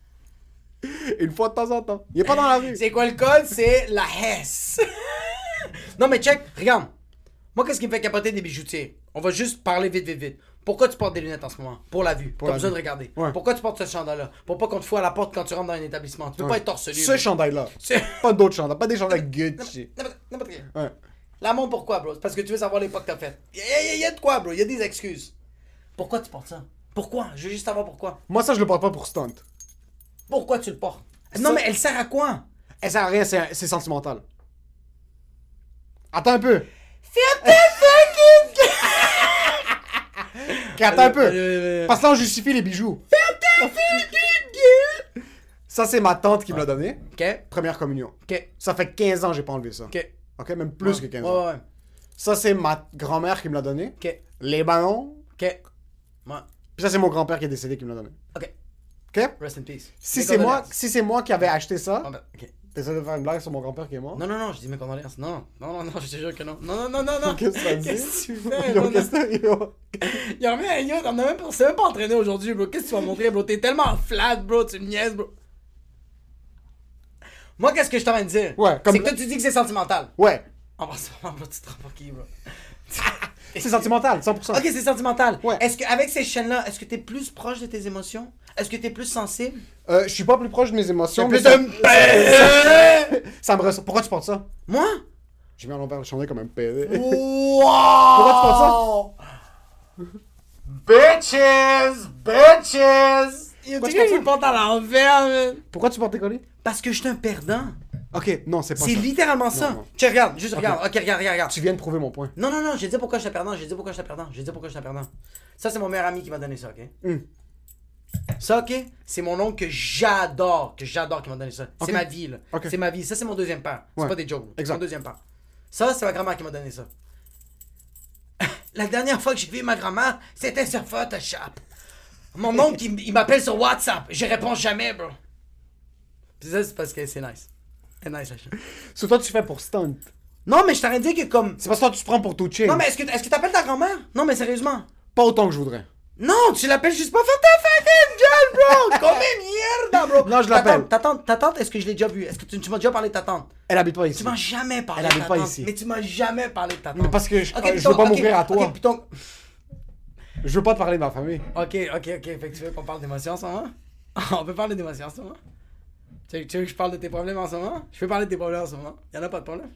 Une fois de temps en temps. Il est pas dans la rue. C'est quoi le code? C'est la Hesse. Non, mais check, regarde. Moi, qu'est-ce qui me fait capoter des bijoutiers? On va juste parler vite, vite, vite. Pourquoi tu portes des lunettes en ce moment? Pour la vue. Pour la besoin vue. de regarder. Ouais. Pourquoi tu portes ce chandail-là? Pour pas qu'on te fout à la porte quand tu rentres dans un établissement. Tu peux Ouais. pas être torse nu. Ce bro. chandail-là. C'est- Pas d'autres chandails. Pas des chandails Gucci. N'importe n'importe quel. Ouais. La montre, pourquoi, bro? C'est parce que tu veux savoir l'époque que t'as faite. Il y, a- y a de quoi, bro? Il y a des excuses. Pourquoi tu portes ça? Pourquoi? Je veux juste savoir pourquoi. Moi, ça, je le porte pas pour stunt. Pourquoi tu le portes? Non, mais elle sert à quoi? Elle sert à rien, c'est c'est sentimental. Attends un peu. Ferme ta fucking Ok, attends un peu. Euh, Parce que là, on justifie les bijoux. Ferme ta fucking gueule! Ça, c'est ma tante qui me l'a donné. Ok, Première communion. ok, Ça fait quinze ans que j'ai pas enlevé ça. ok. Ok, même plus Ouais, que quinze ouais, ans. Ouais, ouais. Ça, c'est ma grand-mère qui me l'a donné. Ok, Les ballons. ok. Ouais. Puis ça, c'est mon grand-père qui est décédé qui me l'a donné. Ok. Ok? Rest in peace. Si Mes c'est moi, condoléances. si c'est moi qui avais acheté ça, Ah, ben, ok. t'essaies de faire une blague sur mon grand-père qui est mort? Non, non, non, je dis mes condoléances. Non, non, non, non, je te jure que non. Non, non, non, non, non. Qu'est-ce que ça dit? Qu'est-ce que tu fais? Yo, Non, qu'est-ce non. que yo? Y'a rien, yo, on a même pas, on s'est même pas entraîné aujourd'hui, bro. Qu'est-ce que tu vas montrer, bro? T'es tellement flat, bro, tu me niaises, bro. Moi, qu'est-ce que je t'en train de dire? Ouais, comme- C'est que toi, tu dis que c'est sentimental. Ouais, En ce moment, bro, tu te rends pas qui, bro? c'est sentimental, cent pour cent. Ok, c'est sentimental. Ouais. Est-ce qu'avec ces chaînes-là, est-ce que t'es plus proche de tes émotions? Est-ce que t'es plus sensible? Euh, je suis pas plus proche de mes émotions, mais plus ça, de me- ça me ressort. Pourquoi tu portes ça? Moi? J'ai mis à l'envers le chandail comme un pédé. Wow! Pourquoi tu portes ça? Bitches! Bitches! Il Pourquoi dit tu portes que ça? je porte à l'envers, man. Pourquoi tu portes tes colliers? Parce que je suis un perdant. Ok, non, c'est pas C'est ça. littéralement ça. Non, non. Tiens, regarde, juste regarde. Ok, regarde, regarde, regarde. Tu viens de prouver mon point. Non, non, non, j'ai dit pourquoi je suis un perdant, j'ai dit pourquoi je suis un perdant, j'ai dit pourquoi je suis un perdant. Ça, c'est mon meilleur ami qui m'a donné ça, ok? Hmm. Ça, ok? C'est mon oncle que j'adore, que j'adore qui m'a donné ça. Ok. C'est ma vie, là. Ok. C'est ma vie. Ça, c'est mon deuxième père. C'est Ouais. pas des jokes. C'est Exact. mon deuxième père. Ça, c'est ma grand-mère qui m'a donné ça. La dernière fois que j'ai vu ma grand-mère, c'était sur Photoshop. Mon oncle, il, il m'appelle sur WhatsApp. Je réponds jamais, bro. Puis ça, c'est parce que c'est nice. C'est nice, la chaîne. C'est toi, tu fais pour stunt. Non, mais je t'aurais dit que comme... C'est parce que toi, tu te prends pour tout chill. Non, mais est-ce que est-ce que t'appelles ta grand-mère? Non, mais sérieusement. Pas autant que je voudrais. Non, tu l'appelles juste pas faire ta fucking gueule, bro! Comme merde, bro! Non, je Ta l'appelle. tante, Ta tante, ta tante, est-ce que je l'ai déjà vue? Est-ce que tu, tu m'as déjà parlé de ta tante? Elle habite pas ici. Tu m'as jamais parlé Elle de habite ta pas tante. ici. Mais tu m'as jamais parlé de ta tante. Mais parce que je, Ok, euh, puis je veux ton- pas ok, m'ouvrir à toi. Ok, puis ton... Je veux pas te parler de ma famille. Ok, ok, ok. Fait que tu veux qu'on parle d'émotions en ce moment? On peut parler d'émotions en ce moment? Tu veux, tu veux que je parle de tes problèmes en ce moment? Je peux parler de tes problèmes en ce moment. Y'en a pas de problème.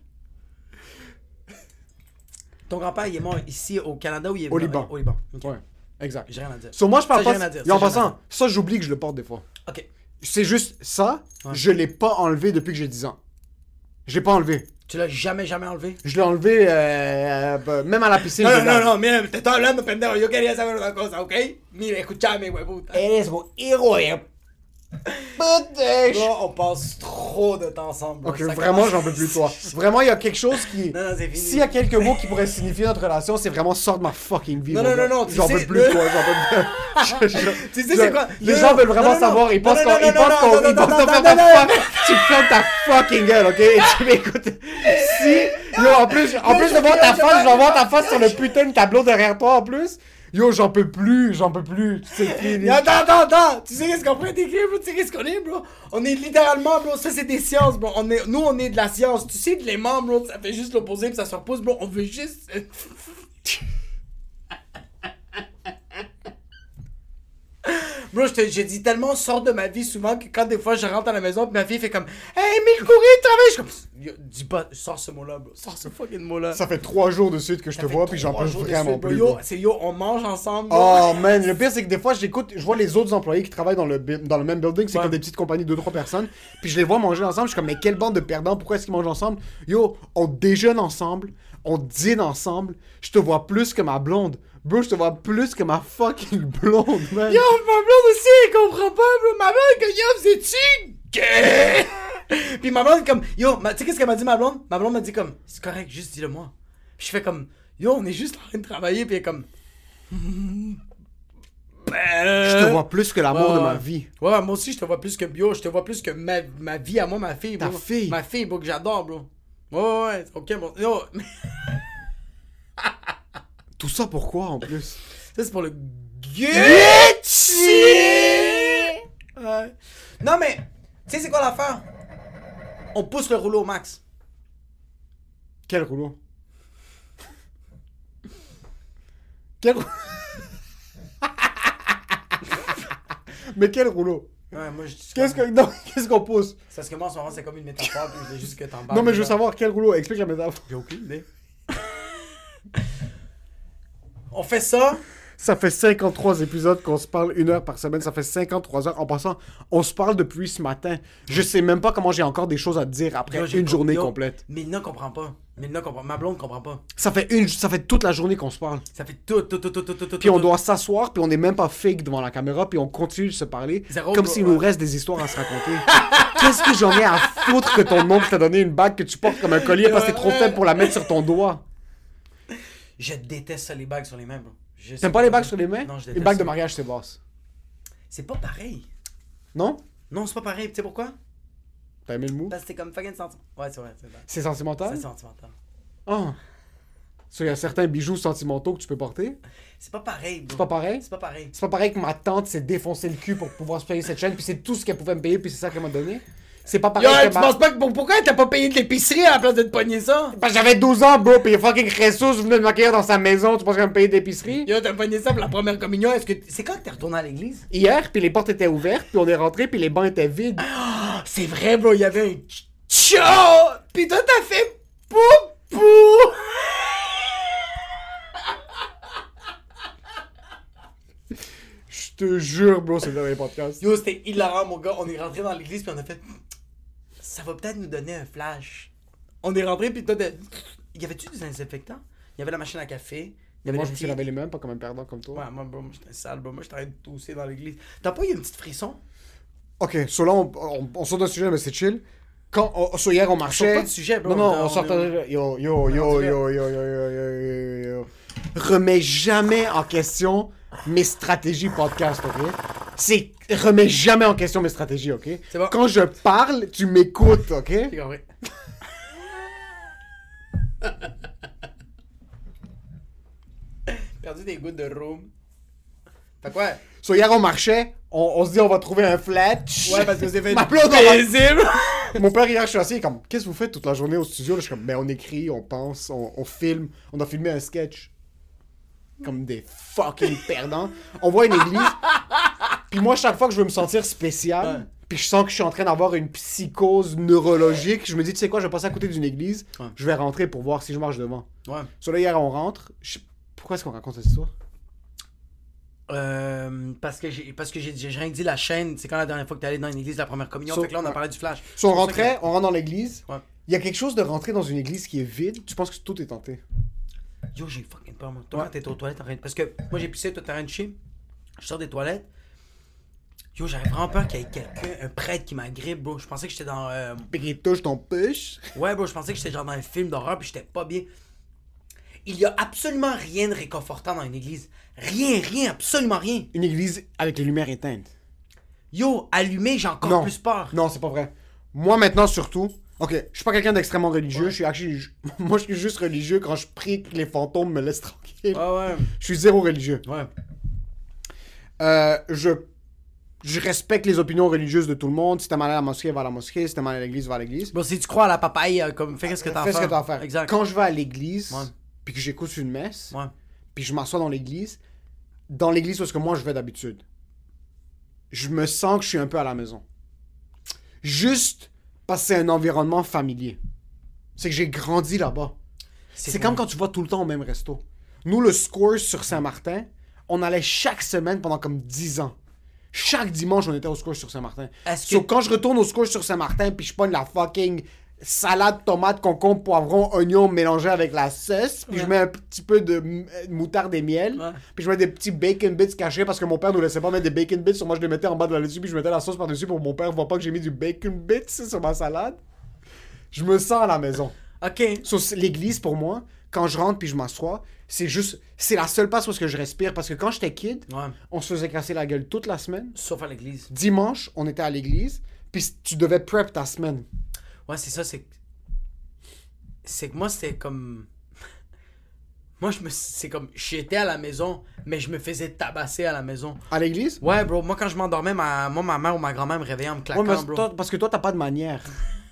Ton grand-père, il est mort ici au Canada ou il est Au Liban. Au Liban. Ok. Ouais, exact. J'ai rien à dire. Sur moi, je parle Ça, j'ai pas. rien à dire. Et en Ça, j'ai rien à passant, ça, j'oublie que je le porte des fois. Ok. C'est juste ça, Ouais. je l'ai pas enlevé depuis que j'ai dix ans. Je l'ai pas enlevé. Tu l'as jamais, jamais enlevé? Je l'ai enlevé, euh, euh, même à la piscine. je No, l'ai no, enlevé. no, mira, te estoy hablando, pendejo. Yo quería saber una cosa, ¿ok? Mira, escúchame, huevuta. Eres un héroïne. Putain. Bro, on passe trop de temps ensemble. bro. Ok, Ça vraiment, commence- j'en peux plus de toi. Vraiment, il y a quelque chose qui. Non, non, c'est fini. S'il y a quelques mots qui pourraient signifier notre relation, c'est vraiment sort de ma fucking vie. Non, mon non, gars. non, non, tu J'en sais, peux plus le- de toi, j'en peux plus. Je- je- Tu sais, je- c'est quoi? Les Non, gens non, veulent vraiment non, non, savoir. non. Ils pensent Non, qu'on. non, Ils non, pensent non, qu'on. non, Ils non, pensent non, qu'on non, fait non, ta non, fuck. Tu fermes ta fucking gueule, ok? Et tu m'écoutes. Si. Yo, en plus, en plus de voir ta face, je vais voir ta face sur le putain de tableau derrière toi en plus. Yo, j'en peux plus, j'en peux plus. C'est fini. Mais attends, attends, attends! Tu sais qu'est-ce qu'on pourrait décrire, bro? Tu sais qu'est-ce qu'on est, bro? On est littéralement, bro, ça c'est des sciences, bro. On est, nous, on est de la science. Tu sais que les membres, bro, ça fait juste l'opposé pis ça se repousse, bro. On veut juste... Bro, je te, j'ai dit tellement sort de ma vie souvent que quand des fois je rentre à la maison pis ma fille fait comme hey, Emile Coury, travaille! Je suis comme, Yo, dis pas, sors ce mot-là, bro. Sors ce fucking mot-là. Ça fait trois jours de suite que je Ça te fait vois, puis j'en trois peux jours de vraiment suite, bro. plus. Yo, bro. c'est yo, on mange ensemble, bro. Oh man, le pire c'est que des fois j'écoute, je vois les autres employés qui travaillent dans le, bu- dans le même building, c'est Ouais. comme des petites compagnies de deux trois personnes, puis je les vois manger ensemble, je suis comme mais quelle bande de perdants, pourquoi est-ce qu'ils mangent ensemble? Yo, on déjeune ensemble, on dîne ensemble, je te vois plus que ma blonde. Bro, je te vois plus que ma fucking blonde, man. Yo, ma blonde aussi, elle comprend pas, bro. Ma blonde, que yo, c'est-tu gay? Puis ma blonde, comme, yo, ma- tu sais qu'est-ce qu'elle m'a dit, ma blonde? Ma blonde m'a dit, comme, c'est correct, juste dis-le moi. Puis je fais comme, yo, on est juste en train de travailler, puis elle est comme. Je te vois plus que l'amour Ouais, de ma ouais. vie. Ouais, ouais, moi aussi, je te vois plus que bio, je te vois plus que ma, ma vie à moi, ma fille, bro. Ta fille. Ma fille, bro, que j'adore, bro. Ouais, ouais, ouais, ok, bon. Yo, Tout ça pourquoi en plus? ça, c'est pour le Gucci! Ouais. Non, mais, tu sais, c'est quoi l'affaire? On pousse le rouleau au max. Quel rouleau? Quel rouleau? Mais quel rouleau? Ouais, moi, je dis Qu'est-ce comme- que non, qu'est-ce qu'on pousse? C'est parce que moi, en ce moment, c'est comme une métaphore, puis je veux juste que t'en parles. Non mais je veux savoir quel rouleau, explique la métaphore. J'ai aucune idée. On fait ça. Ça fait cinquante-trois épisodes qu'on se parle une heure par semaine, ça fait cinquante-trois heures. En passant, on se parle depuis ce matin. Je sais même pas comment j'ai encore des choses à te dire après Yo, j'ai une com- journée yo, complète. Milna comprend pas. Milna comprend. Ma blonde comprend pas. Ça fait une, ça fait toute la journée qu'on se parle. Ça fait tout, tout, tout, tout, tout, tout, tout. Puis on tout. doit s'asseoir, puis on est même pas fake devant la caméra, puis on continue de se parler Zéro, comme bro, s'il ouais. nous reste des histoires à se raconter. Qu'est-ce que j'en ai à foutre que ton oncle t'a donné une bague que tu portes comme un collier parce que t'es trop faible pour la mettre sur ton doigt? Je déteste ça, les bagues sur les mains, bro. Je sais T'aimes pas les bagues sur les mains? Non, je déteste Une bague de ça. mariage, c'est basse. C'est pas pareil. Non? Non, c'est pas pareil. Tu sais pourquoi? T'as aimé le mot? Parce que c'est comme fucking sentiment. Ouais, c'est vrai, c'est vrai. C'est sentimental? C'est sentimental. Ah. So, il y a certains bijoux sentimentaux que tu peux porter. C'est pas pareil, bro. C'est pas pareil? C'est pas pareil. C'est pas pareil que ma tante s'est défoncé le cul pour pouvoir se payer cette chaîne, puis c'est tout ce qu'elle pouvait me payer, puis c'est ça qu'elle m'a donné. C'est pas pareil Yo, que tu ma... penses pas que pour- pourquoi t'as pas payé de l'épicerie à la place de te pogner ça? Parce que j'avais douze ans, bro, pis fucking Jesus venait de m'accueillir dans sa maison, tu penses qu'elle me payait d'épicerie? Yo, t'as pogné ça pour la première communion. Est-ce que c'est quand que t'es retourné à l'église? Hier, puis les portes étaient ouvertes, puis on est rentré, puis les bancs étaient vides. Ah, c'est vrai, bro, il y avait un tcho! Pis toi, t'as fait poupou! Je te jure, bro, c'est le dernier podcast. Yo, c'était hilarant, mon gars. On est rentré dans l'église, puis on a fait. Ça va peut-être nous donner un flash. On est rentré, puis toi, t'as- y avait-tu des désinfectants? Il y avait la machine à café. Il y avait Moi, la je me suis fille- lavé les mains, pas comme un perdant comme toi. Ouais, moi, bro, moi, j'étais sale, bro. Moi, j'étais en train de tousser dans l'église. T'as pas eu une petite frisson? Ok, so là, on, on, on sort d'un sujet, mais c'est chill. Quand, on, so hier, on marchait... pas de sujet, bro. Non, non, On- on sortait... Yo, yo, yo, yo, yo, yo, yo, yo, yo, yo, yo. Remets jamais en question mes stratégies podcast, ok? C'est... Remets jamais en question mes stratégies, ok? C'est bon. Quand je parle, tu m'écoutes, ok? J'ai compris. Perdu des gouttes de rhum. Fait quoi? So, hier, on marchait, on, on se dit, on va trouver un flat. Ouais, parce que c'est fait Ma blonde, on va- paisible. Mon père, hier, je suis assis, il est comme, qu'est-ce que vous faites toute la journée au studio? Là, je suis comme, ben, on écrit, on pense, on, on filme, on a filmé un sketch. Comme des fucking perdants. On voit une église. Puis moi, chaque fois que je veux me sentir spécial, Ouais. puis je sens que je suis en train d'avoir une psychose neurologique, je me dis, tu sais quoi, je vais passer à côté d'une église, Ouais. je vais rentrer pour voir si je marche devant. Ouais. So là, hier, on rentre. Je- Pourquoi est-ce qu'on raconte cette histoire? Euh, parce que j'ai parce que j'ai j'ai rien dit la chaîne, c'est quand la dernière fois que t'es allé dans une église la première communion, So- fait que là on a parlé du flash. Si on C'est pour ça rentrait, que- on rentre dans l'église. Ouais. Il y a quelque chose de rentrer dans une église qui est vide. Tu penses que tout est tenté? Yo, j'ai fucking peur, moi. Toi, Ouais. quand t'étais aux toilettes, en train de- parce que moi j'ai pissé, toi t'es en train de chier. Je sors des toilettes. Yo, j'avais vraiment peur qu'il y ait quelqu'un, un prêtre qui m'agrippe, bro. Je pensais que j'étais dans. euh, Puis qu'il touche ton push. Ouais, bro, je pensais que j'étais genre dans un film d'horreur, puis j'étais pas bien. Il y a absolument rien de réconfortant dans une église. Rien, rien, absolument rien. Une église avec les lumières éteintes. Yo, allumé, j'ai encore Non. plus peur. Non, c'est pas vrai. Moi, maintenant, surtout. Ok, je suis pas quelqu'un d'extrêmement religieux. Je suis actually- Moi, je suis juste religieux quand je prie que les fantômes me laissent tranquille. Ouais, ouais. Je suis zéro religieux. Ouais. Euh, je... je respecte les opinions religieuses de tout le monde. Si t'es mal à la mosquée, va à la mosquée. Si t'es mal à l'église, va à l'église. Bon, si tu crois à la papaye, euh, comme fais ce que t'as à Fais faire. ce que t'as à faire. Exact. Quand je vais à l'église, Ouais. puis que j'écoute une messe, Ouais. puis je m'assois dans l'église, dans l'église parce que moi je vais d'habitude, je me sens que je suis un peu à la maison. Juste parce que c'est un environnement familier. C'est que j'ai grandi là-bas. C'est comme quand tu vas tout le temps au même resto. Nous, le Score sur Saint-Martin, on allait chaque semaine pendant comme dix ans. Chaque dimanche, on était au Score sur Saint-Martin. Est-ce que- So, quand je retourne au Score sur Saint-Martin, puis je pogne la fucking salade, tomate, concombre, poivron, oignon mélangé avec la sauce, puis je mets un petit peu de m- moutarde et miel, Ouais. puis je mets des petits bacon bits cachés parce que mon père nous laissait pas mettre des bacon bits, so moi je les mettais en bas de la laitue, puis je mettais la sauce par-dessus pour que mon père voit pas que j'ai mis du bacon bits sur ma salade. Je me sens à la maison. Ok. So, c'est- l'église, pour moi, quand je rentre puis je m'assois, c'est juste... C'est la seule place où est-ce que je respire. Parce que quand j'étais kid, Ouais. on se faisait casser la gueule toute la semaine. Sauf à l'église. Dimanche, on était à l'église. Puis tu devais prep ta semaine. Ouais, c'est ça, c'est. C'est que moi, c'était comme. Moi, je me. C'est comme. J'étais à la maison, mais je me faisais tabasser à la maison. À l'église? Ouais, bro, moi, quand je m'endormais, ma... moi, ma mère ou ma grand-mère me réveillait en me claquant, Ouais, mais bro. toi- parce que toi, t'as pas de manière.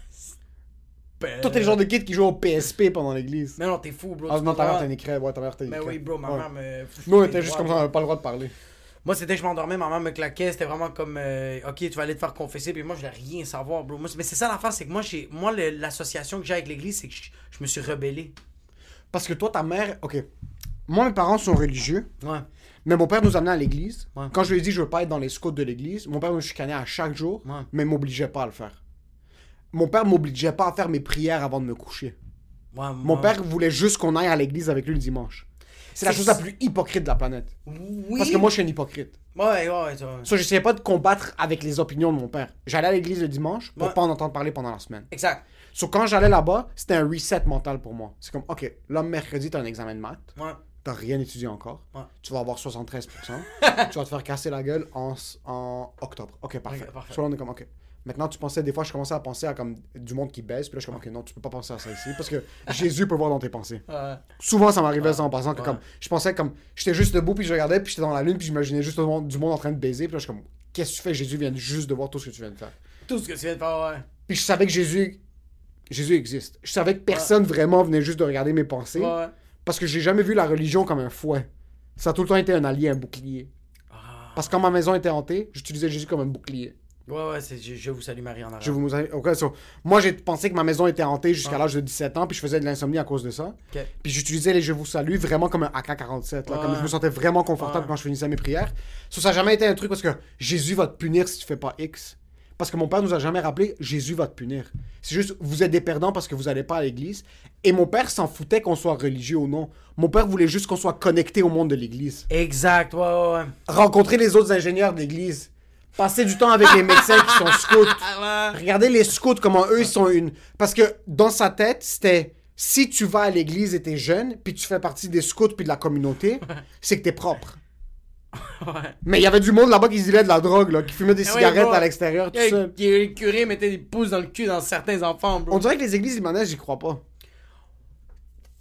Ben, Toi, t'es le genre de kid qui joue au P S P pendant l'église. Mais non, t'es fou, bro. Ah tu non, ta comprends? mère, t'as une crève. Ouais, ta mère, t'as une Mais crève. oui, bro, ma Ouais. mère me. Nous, on était juste comme ça, on avait pas le droit de parler. Moi, c'était je m'endormais, ma mère me claquait, c'était vraiment comme euh, ok, tu vas aller te faire confesser, puis moi je voulais rien savoir, bro. Moi, c'est- mais c'est ça l'affaire, c'est que moi, j'ai moi le- l'association que j'ai avec l'église, c'est que je, je me suis rebellé. Parce que toi, ta mère... Ok. Moi, mes parents sont religieux. Ouais. Mais mon père nous amenait à l'église. Ouais. Quand je lui ai dit je veux pas être dans les scouts de l'église, mon père me chicanait à chaque jour, Ouais. mais m'obligeait pas à le faire. Mon père m'obligeait pas à faire mes prières avant de me coucher. Ouais, Mon moi- père voulait juste qu'on aille à l'église avec lui le dimanche. C'est la C'est- chose la plus hypocrite de la planète. Oui. Parce que moi, je suis un hypocrite. Ouais, ouais, ouais. ça- Ça, j'essayais pas de combattre avec les opinions de mon père. J'allais à l'église le dimanche pour Ouais. pas en entendre parler pendant la semaine. Exact. So, quand j'allais là-bas, c'était un reset mental pour moi. C'est comme, ok, là, mercredi, t'as un examen de maths. Ouais. T'as rien étudié encore. Ouais. Tu vas avoir soixante-treize pour cent. Tu vas te faire casser la gueule en, en octobre. Ok, parfait. Ok, parfait. So, là, on est comme, ok. Maintenant, tu pensais, des fois, je commençais à penser à comme du monde qui baisse. Puis là, je suis comme, ok, non, tu peux pas penser à ça ici. Parce que Jésus peut voir dans tes pensées. Ouais. Souvent, ça m'arrivait ça en passant. Que, Ouais. comme, je pensais comme, j'étais juste debout, puis je regardais, puis j'étais dans la lune, puis j'imaginais juste du monde, du monde en train de baiser. Puis là, je suis comme, qu'est-ce que tu fais? Jésus vient juste de voir tout ce que tu viens de faire. Tout ce que tu viens de faire, ouais. Puis je savais que Jésus, Jésus existe. Je savais que personne vraiment venait juste de regarder mes pensées. Ouais. Parce que j'ai jamais vu la religion comme un fouet. Ça a tout le temps été un allié, un bouclier. Ah. Parce que quand ma maison était hantée, j'utilisais Jésus comme un bouclier. Ouais, ouais, c'est, je, je vous salue Marie en arrière. Je vous... okay, so, moi, j'ai pensé que ma maison était hantée jusqu'à Ah. l'âge de dix-sept ans, puis je faisais de l'insomnie à cause de ça. Ok. Puis j'utilisais les Je vous salue vraiment comme un A K quarante-sept. Là, Ouais. Comme je me sentais vraiment confortable Ouais. quand je finissais mes prières. So, ça n'a jamais été un truc parce que Jésus va te punir si tu fais pas X. Parce que mon père nous a jamais rappelé Jésus va te punir. C'est juste, vous êtes des perdants parce que vous n'allez pas à l'église. Et mon père s'en foutait qu'on soit religieux ou non. Mon père voulait juste qu'on soit connecté au monde de l'église. Exact, ouais, ouais, ouais. Rencontrer les autres ingénieurs de l'église. Passer du temps avec les médecins qui sont scouts. Regardez les scouts, comment eux, ils sont une... Parce que dans sa tête, c'était... Si tu vas à l'église et t'es jeune, puis tu fais partie des scouts puis de la communauté, c'est que t'es propre. Ouais. Mais il y avait du monde là-bas qui se dealait de la drogue, là, qui fumait des Ah cigarettes ouais, bro. à l'extérieur, tout Yeah, seul. Le curé mettait des pouces dans le cul dans certains enfants, bro. On dirait que les églises libanaises, j'y crois pas.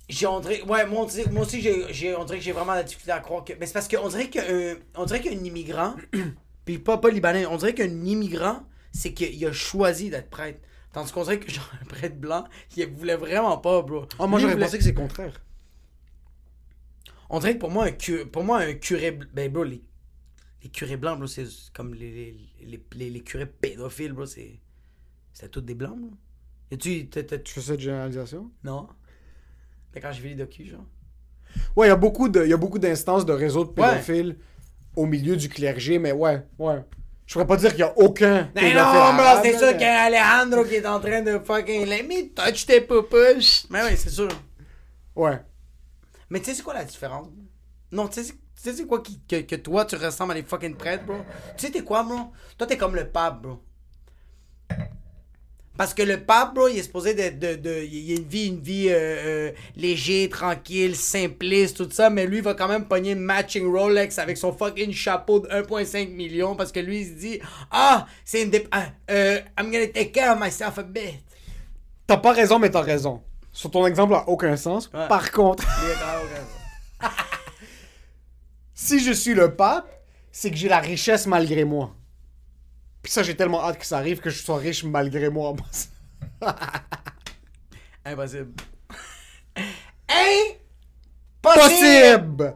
J'ai, on dirait, ouais, moi, on dirait- moi aussi, j'ai, j'ai, on dirait que j'ai vraiment la difficulté à croire que. Mais c'est parce qu'on dirait que, euh, on dirait qu'un immigrant, puis pas, pas libanais, on dirait qu'un immigrant, c'est qu'il a choisi d'être prêtre. Tandis qu'on dirait que, genre, un prêtre blanc, il voulait vraiment pas, bro. Oh, moi, Lui, j'aurais il voulait- pensé que c'est le contraire. On dirait que pour moi, un, cu... pour moi, un curé. bl- Ben, bro, les, les curés blancs, bro, c'est comme les, les, les, les, les curés pédophiles, bro, c'est. C'était tous des blancs, bro. Et tu. t'as- t'as- Tu fais cette généralisation? Non. Mais quand j'ai vu les docus, genre. Ouais, il y a beaucoup de, il y a beaucoup d'instances de réseaux de Ouais. pédophiles au milieu du clergé, mais ouais, ouais. Je pourrais pas dire qu'il y a aucun Mais pédophile non, bro, arabe, c'est là, sûr mais- qu'il y a Alejandro qui est en train de fucking. Let me touch tes poupouches. Mais oui, c'est sûr. Ouais. Mais tu sais, c'est quoi la différence? Non, tu sais, c'est- tu sais, c'est quoi qui, que, que toi, tu ressembles à les fucking prêtres, bro? Tu sais, t'es quoi, bro? Toi, t'es comme le pape, bro. Parce que le pape, bro, il est supposé d'être de, de, il a une vie, une vie euh, euh, léger, tranquille, simpliste, tout ça, mais lui, il va quand même pogner une matching Rolex avec son fucking chapeau de un virgule cinq million parce que lui, il se dit, ah, c'est une dép- ah, euh, I'm gonna take care of myself a bit. T'as pas raison, mais t'as raison. Sur ton exemple, a aucun sens. Ouais. Par contre, Lui, il est quand même aucun- si je suis le pape, c'est que j'ai la richesse malgré moi. Puis ça, j'ai tellement hâte que ça arrive que je sois riche malgré moi. Impossible. Hey! Possible!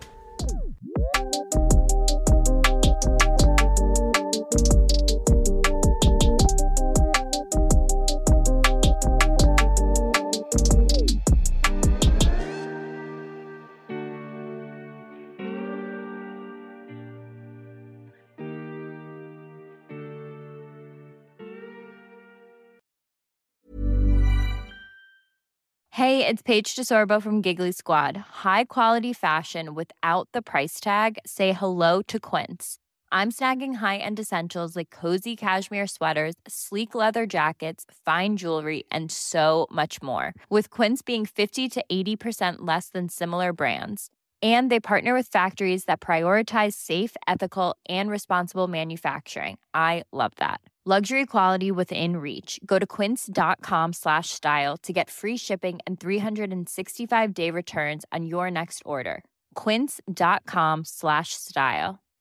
Hey, it's Paige DeSorbo from Giggly Squad. High quality fashion without the price tag. Say hello to Quince. I'm snagging high-end essentials like cozy cashmere sweaters, sleek leather jackets, fine jewelry, and so much more. With Quince being fifty to eighty percent less than similar brands. And they partner with factories that prioritize safe, ethical, and responsible manufacturing. I love that. Luxury quality within reach. Go to quince.com slash style to get free shipping and three sixty-five day returns on your next order. Quince.com slash style.